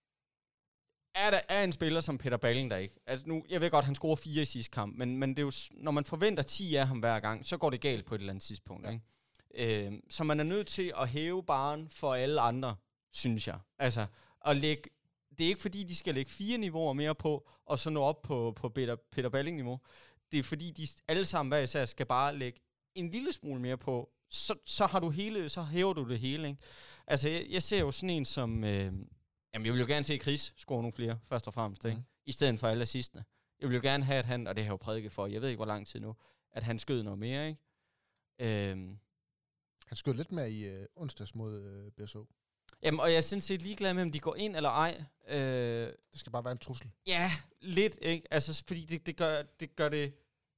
Er der er en spiller som Peter Balling der ikke? Altså nu, jeg ved godt, han scorer fire i sidste kamp, men, men det er jo, når man forventer ti af ham hver gang, så går det galt på et eller andet tidspunkt. Ja. Ikke? Øh, så man er nødt til at hæve barren for alle andre, synes jeg. Altså, at lægge, det er ikke fordi, de skal lægge fire niveauer mere på, og så nå op på, på Peter, Peter Balling-niveau. Det er fordi, de alle sammen hver især skal bare lægge en lille smule mere på, så, så har du hele, så hæver du det hele. Ikke? Altså, jeg, jeg ser jo sådan en som... Øh, Jamen, jeg vil jo gerne se Chris score nogle flere, først og fremmest, ikke? Mm. I stedet for alle assistene. Jeg vil jo gerne have, at han, og det har jeg jo prædiket for, jeg ved ikke, hvor lang tid nu, at han skød noget mere, ikke? Øhm. Han skød lidt mere i øh, onsdags mod øh, B S O. Jamen, og jeg er sådan set ligeglad med, om de går ind eller ej. Øh. Det skal bare være en trussel. Ja, lidt, ikke? Altså, fordi det, det, gør, det gør det...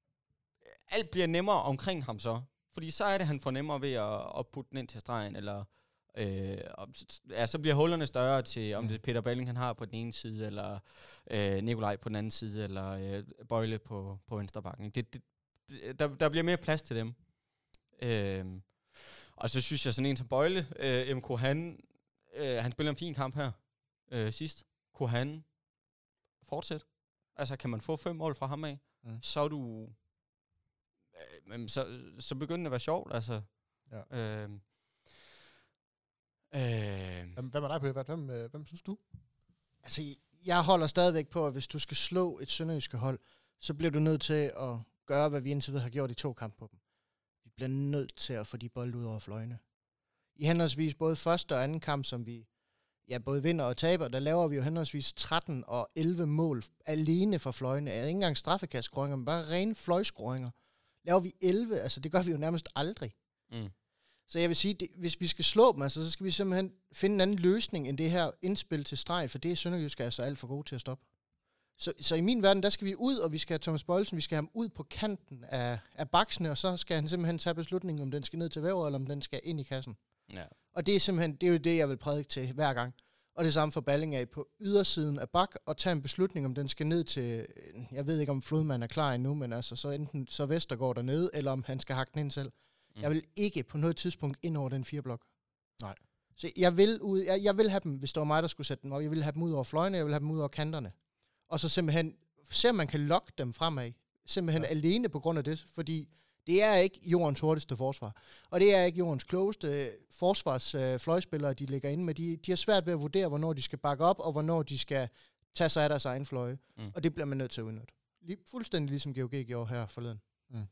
Alt bliver nemmere omkring ham så. Fordi så er det, han får nemmere ved at, at putte den ind til stregen, eller... Øh, og, ja, så bliver hullerne større til, om det er Peter Balling, han har på den ene side, eller øh, Nikolaj på den anden side, eller øh, Bøjle på, på venstre bakken. Det, det, der, der bliver mere plads til dem. Øh, og så synes jeg, sådan en som Bøjle, øh, M K, han, øh, han spiller en fin kamp her øh, sidst. Kunne han fortsætte? Altså, kan man få fem mål fra ham af, mm. så er du... Øh, så, så begynder det at være sjovt, altså. Ja. Øh, Øh. Hvem, hvem er dig på, hvem, hvem, hvem synes du? Altså, jeg holder stadigvæk på, at hvis du skal slå et sønderjyske hold, så bliver du nødt til at, gøre, hvad vi indtil videre har gjort i to kampe på dem. Vi bliver nødt til at få de bolde ud over fløjene. I henholdsvis både første og anden kamp, som vi ja, både vinder og taber, der laver vi jo henholdsvis tretten og elleve mål alene fra fløjene. Er ikke engang straffekastscoringer, men bare rene fløjscoringer. Laver vi elleve, altså det gør vi jo nærmest aldrig. Mm. Så jeg vil sige, det, hvis vi skal slå dem, altså, så skal vi simpelthen finde en anden løsning end det her indspil til streg, for det er Sønderjysk altså alt for gode til at stoppe. Så, så i min verden, der skal vi ud, og vi skal have Thomas Boilsen, vi skal have ham ud på kanten af, af baksene, og så skal han simpelthen tage beslutningen, om den skal ned til væver, eller om den skal ind i kassen. Ja. Og det er simpelthen, det er jo det, jeg vil prædike til hver gang. Og det samme for Balling af på ydersiden af bak, og tage en beslutning, om den skal ned til, jeg ved ikke, om Flodman er klar endnu, men altså, så enten så Vestergaard dernede, eller om han skal hakke den ind selv. Mm. Jeg vil ikke på noget tidspunkt ind over den fire blok. Nej. Så jeg vil, ud, jeg, jeg vil have dem, hvis det var mig, der skulle sætte dem op, jeg vil have dem ud over fløjene, jeg vil have dem ud over kanterne. Og så simpelthen, se om man kan lokke dem fremad. Simpelthen ja. alene på grund af det, fordi det er ikke jordens hurtigste forsvar. Og det er ikke jordens klogeste forsvarsfløjspillere, øh, de ligger inde med. De, de har svært ved at vurdere, hvornår de skal bakke op, og hvornår de skal tage sig af deres egen fløje. Mm. Og det bliver man nødt til at udnytte. Lige, fuldstændig ligesom G O G gjorde her forleden. Mm.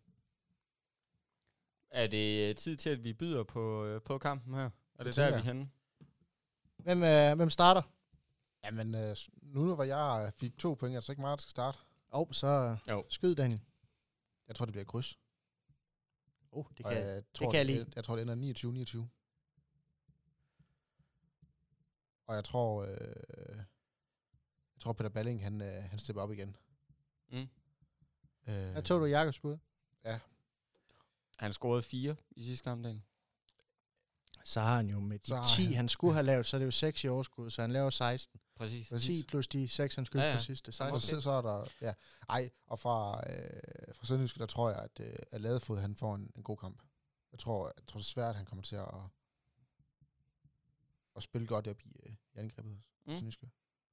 Er det tid til, at vi byder på, øh, på kampen her? Er det, det der, vi er henne? Hvem, øh, hvem starter? Jamen, øh, nu hvor jeg fik to point, er det så ikke meget, der skal starte? Åh, oh, så jo. Skyd, Daniel. Jeg tror, det bliver kryds. Åh, oh, det og kan, jeg, det kan jeg lide. Jeg tror, det ender niogtyve niogtyve. Og jeg tror, øh, jeg tror Peter Balling, han, øh, han stepper op igen. Mm. Øh, jeg tog du Jakobs bud. Ja. Han scorede fire i sidste kamp, Daniel. Så har han jo med de ti, han, han skulle have lavet, så er det jo seks i overskud, så han laver seksten. Præcis. ti plus de seks, han skulle ja, ja. for sidste. seksten. Og så, så er der, ja. Ej, og fra, øh, fra Sønderjyske, der tror jeg, at, øh, at Ladefod, han får en, en god kamp. Jeg tror, jeg tror det er svært, at han kommer til at, at spille godt op i, øh, i angrebet hos mm. Sønderjyske.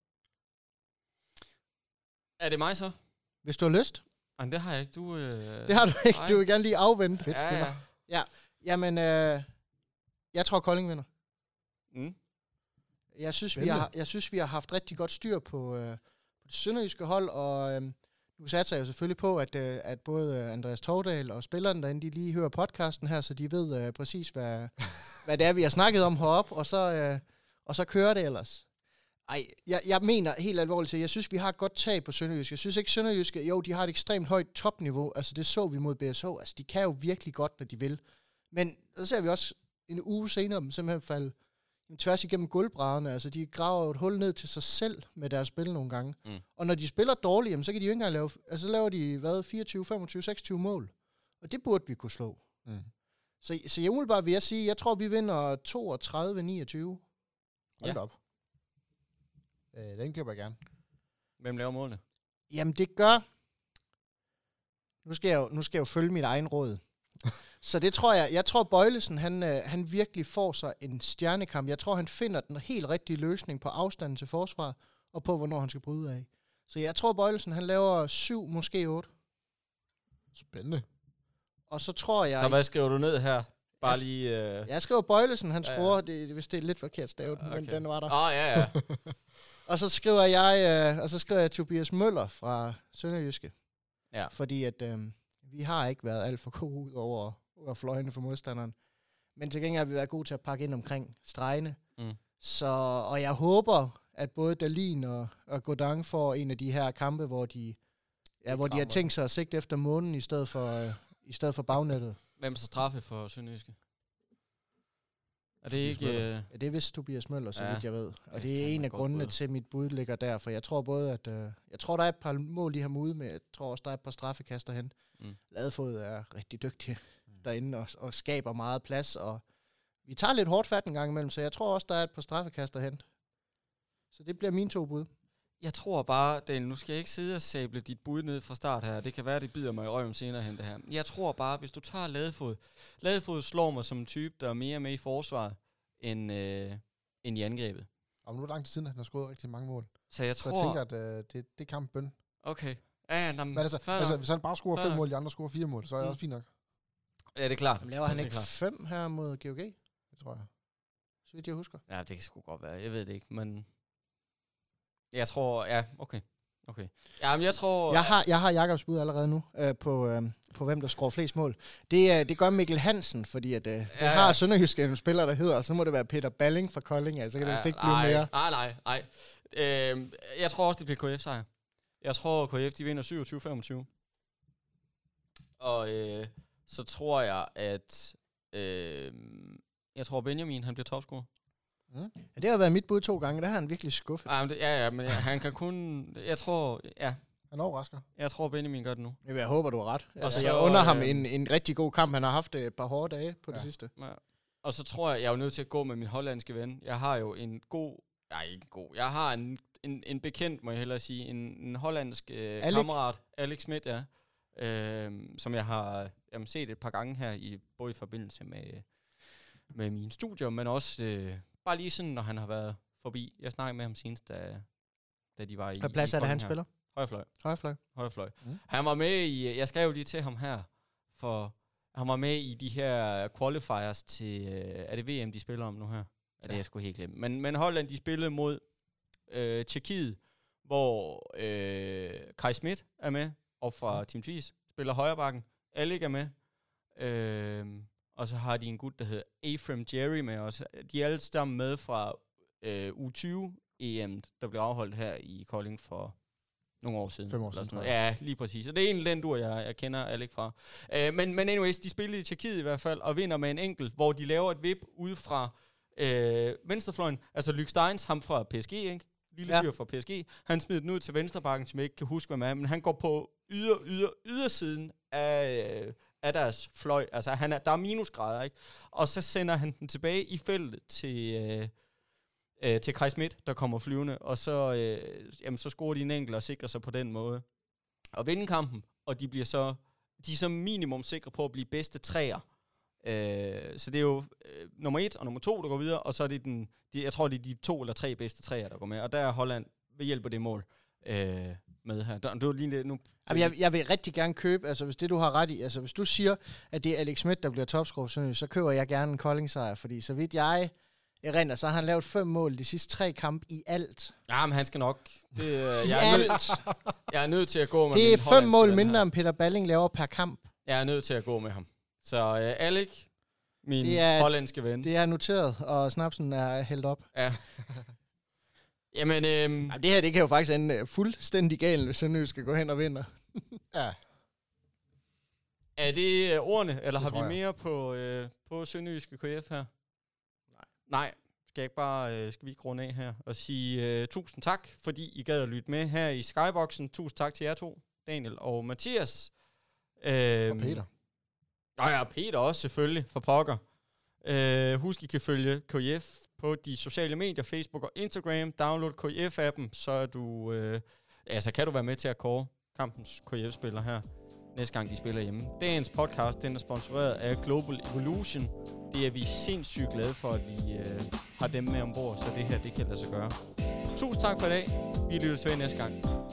Er det mig så? Hvis du har lyst. Men det har jeg ikke. Du, øh... Det har du ikke. Du vil gerne lige afvente. Fedt ja, spiller. Ja. ja. Jamen, øh, jeg tror, Kolding vinder. Mm. Jeg synes, vi har, jeg synes, vi har haft rigtig godt styr på, øh, på det sønderjyske hold, og øh, nu satser jeg jo selvfølgelig på, at, øh, at både Andreas Tordal og spillerne derinde, de lige hører podcasten her, så de ved øh, præcis, hvad, hvad det er, vi har snakket om heroppe, og så, øh, og så kører det ellers. Ej, jeg, jeg mener helt alvorligt til, jeg synes, vi har et godt tag på Sønderjyske. Jeg synes ikke, Sønderjyske, jo, de har et ekstremt højt topniveau, altså det så vi mod B S H, altså de kan jo virkelig godt, når de vil. Men så ser vi også en uge senere dem simpelthen falde tværs igennem gulvbrædderne. Altså, de graver jo et hul ned til sig selv med deres spil nogle gange. Mm. Og når de spiller dårligt, jamen, så kan de jo ikke engang lave... Altså, så laver de, hvad, fireogtyve, femogtyve, seksogtyve mål. Og det burde vi kunne slå. Mm. Så, så jeg umiddelbart vil jeg sige, jeg tror, vi vinder toogtredive niogtyve. Hold ja. op. Øh, den køber jeg gerne. Hvem laver målene? Jamen, det gør... Nu skal jeg jo, nu skal jeg jo følge mit egen råd. Så det tror jeg, jeg tror Boilesen, han, øh, han virkelig får sig en stjernekamp. Jeg tror, han finder den helt rigtige løsning på afstanden til forsvar, og på, hvornår han skal bryde af. Så jeg tror, Boilesen, han laver syv, måske otte. Spændende. Og så tror jeg... Så hvad skriver du ned her? Bare jeg, lige... Øh... Jeg skriver Boilesen, han ja, scorer, ja. Det, hvis det er lidt forkert stavet, okay. Men den var der. Åh, oh, ja, ja. Og så skriver jeg, øh, og så skriver jeg Tobias Møller fra Sønderjyske. Ja. Fordi at... Øh, vi har ikke været alt for gode ud over, over fløjene for modstanderen. Men til gengæld har vi været gode til at pakke ind omkring stregene. Mm. Så, og jeg håber, at både Dalin og, og Godang får en af de her kampe, hvor de, ja, hvor de har tænkt sig at sigte efter månen i stedet for, øh, i stedet for bagnettet. Hvem så straffe for Sønderjyske? Er det ikke... Øh... Ja, det er vist Tobias Møller, så ja. vidt jeg ved. Og ja, det er en af grundene bud. til, at mit bud ligger der. For jeg tror både, at... Øh, jeg tror, der er et par mål i ham ude, men jeg tror også, der er et par straffekaster hen. Mm. Ladefod er rigtig dygtig mm. derinde og, og skaber meget plads. Og vi tager lidt hårdt fat en gang imellem, så jeg tror også, der er et par straffekaster hen. Så det bliver mine to bud. Jeg tror bare, Daniel, nu skal jeg ikke sidde og sable dit bud ned fra start her. Det kan være, det bider mig i røven senere hen det her. Jeg tror bare, hvis du tager Ladefod... Ladefod slår mig som en type, der er mere med i forsvaret, end, øh, end i angrebet. Og nu er det lang tid siden, at han har skåret rigtig mange mål. Så jeg tror... Så jeg tænker, at øh, det, det er kampbøn. Okay. Ja, ja, men altså, altså, hvis han bare scorer fem mål, de andre scorer fire mål, så er det mm. også fint nok. Ja, det er klart. Men laver han ikke fem her mod G O G? Det tror jeg. Så vidt jeg husker. Ja, det kan sgu godt være. Jeg ved det ikke, men... Jeg tror... Ja, okay. Okay. Ja, men jeg tror... Jeg har, jeg har Jakobs bud allerede nu øh, på, øh, på, hvem der scorer flest mål. Det, øh, det gør Mikkel Hansen, fordi at, øh, ja, det har ja. Sønderjysk en spiller, der hedder, og så må det være Peter Balling fra Kolding, altså så kan ja, det vist ikke blive nej, mere. Nej, nej, nej. Øh, jeg tror også, det bliver K F-sejr. Jeg tror, K F de vinder syvogtyve femogtyve. Og øh, så tror jeg, at... Øh, jeg tror, Benjamin han bliver topscorer. Mm. Ja, det har været mit bud to gange, der har han virkelig skuffet. Ja, men det, ja, ja, men ja, han kan kun... Jeg tror... Ja, Han overrasker. jeg tror, Benjamin gør det nu. Jeg håber, du har ret. Altså, så, jeg under ham øh, en, en rigtig god kamp. Han har haft et par hårde dage på ja. det sidste. Ja. Og så tror jeg, jeg er jo nødt til at gå med min hollandske ven. Jeg har jo en god... Nej, ikke god. Jeg har en, en, en bekendt, må jeg hellere sige. En, en hollandsk øh, kammerat, Alex Schmidt, ja. Øh, som jeg har jamen, set et par gange her, i både i forbindelse med, med mine studier, men også øh, bare lige sådan, når han har været forbi. Jeg snakkede med ham senest, da, da de var i... Hvad plads er det, han spiller? Højrefløj. Højrefløj. Højrefløj. Mm. Han var med i... Jeg skrev lige til ham her, for han var med i de her qualifiers til... Øh, er det V M, de spiller om nu her? Ja, det er jeg sgu helt glemt. Men, men Holland, de spillede mod øh, Tjekkiet, hvor øh, Kai Schmidt er med, op fra Team Tvis, spiller højrebakken. Alec er med. Øh, og så har de en gut, der hedder Ephraim Jerry med os. De er alle sammen med fra øh, U tyve E M, der blev afholdt her i Kolding for nogle år siden. Fem år siden, sådan ja, lige præcis. Og det er en den dur, jeg, jeg kender Alec fra. Øh, men, men anyways, de spillede i Tjekkiet i hvert fald, og vinder med en enkelt, hvor de laver et vip ude fra øh, venstrefløjen. Altså Luc Steins, ham fra P S G, ikke? Lille ja. fyr fra P S G. Han smider den ud til venstrebakken, som jeg ikke kan huske, hvad man er, men han går på yder, yder, ydersiden af, øh, af deres fløj. Altså, han er, der er minusgrader, ikke? Og så sender han den tilbage i feltet til... Øh, Øh, til Kai Schmidt, der kommer flyvende, og så, øh, jamen, så scorer de en enkelt og sikrer sig på den måde. Og vinde kampen, og de bliver så, de er så minimum sikre på at blive bedste træer. Øh, så det er jo øh, nummer et og nummer to, der går videre, og så er det den, de, jeg tror, det er de to eller tre bedste træer, der går med, og der er Holland ved hjælp af det mål øh, med her. Det var lige det nu. Jamen, jeg, jeg vil rigtig gerne købe, altså hvis det du har ret i, altså hvis du siger, at det er Alex Schmidt, der bliver topscorer, så køber jeg gerne en Kolding-sejr, fordi så vidt jeg erindrer, så har han lavet fem mål de sidste tre kampe i alt. Ja, men han skal nok. Det, I jeg, er alt. nødt, jeg er nødt til at gå med det er min fem mål ven mindre, her. end Peter Balling laver per kamp. Jeg er nødt til at gå med ham. Så uh, Alec, min Det er- hollandske ven. Det er noteret, og snapsen er hældt op. Ja. Jamen, øhm, Jamen, det her, det kan jo faktisk ende fuldstændig galt, hvis Sønderjysk skal gå hen og vinder. Ja. er det øh, ordene, eller Det har tror vi jeg. mere på, øh, på Sønderjyske K F her? Nej. Nej. Skal jeg ikke bare, øh, skal vi ikke runde af her og sige øh, tusind tak, fordi I gad at lytte med her i Skyboxen. Tusind tak til jer to, Daniel og Mathias. Øhm, Og Peter. Og ja, Peter også selvfølgelig, for pokker. Øh, husk, I kan følge K F på de sociale medier, Facebook og Instagram. Download K F-appen, så er du, øh, altså kan du være med til at kåre kampens K F-spiller her, næste gang de spiller hjemme. Dagens podcast, den er sponsoreret af Global Evolution. Det er vi sindssygt glade for, at vi øh, har dem med ombord, så det her, det kan lade sig gøre. Tusind tak for i dag. Vi lyttes ved næste gang.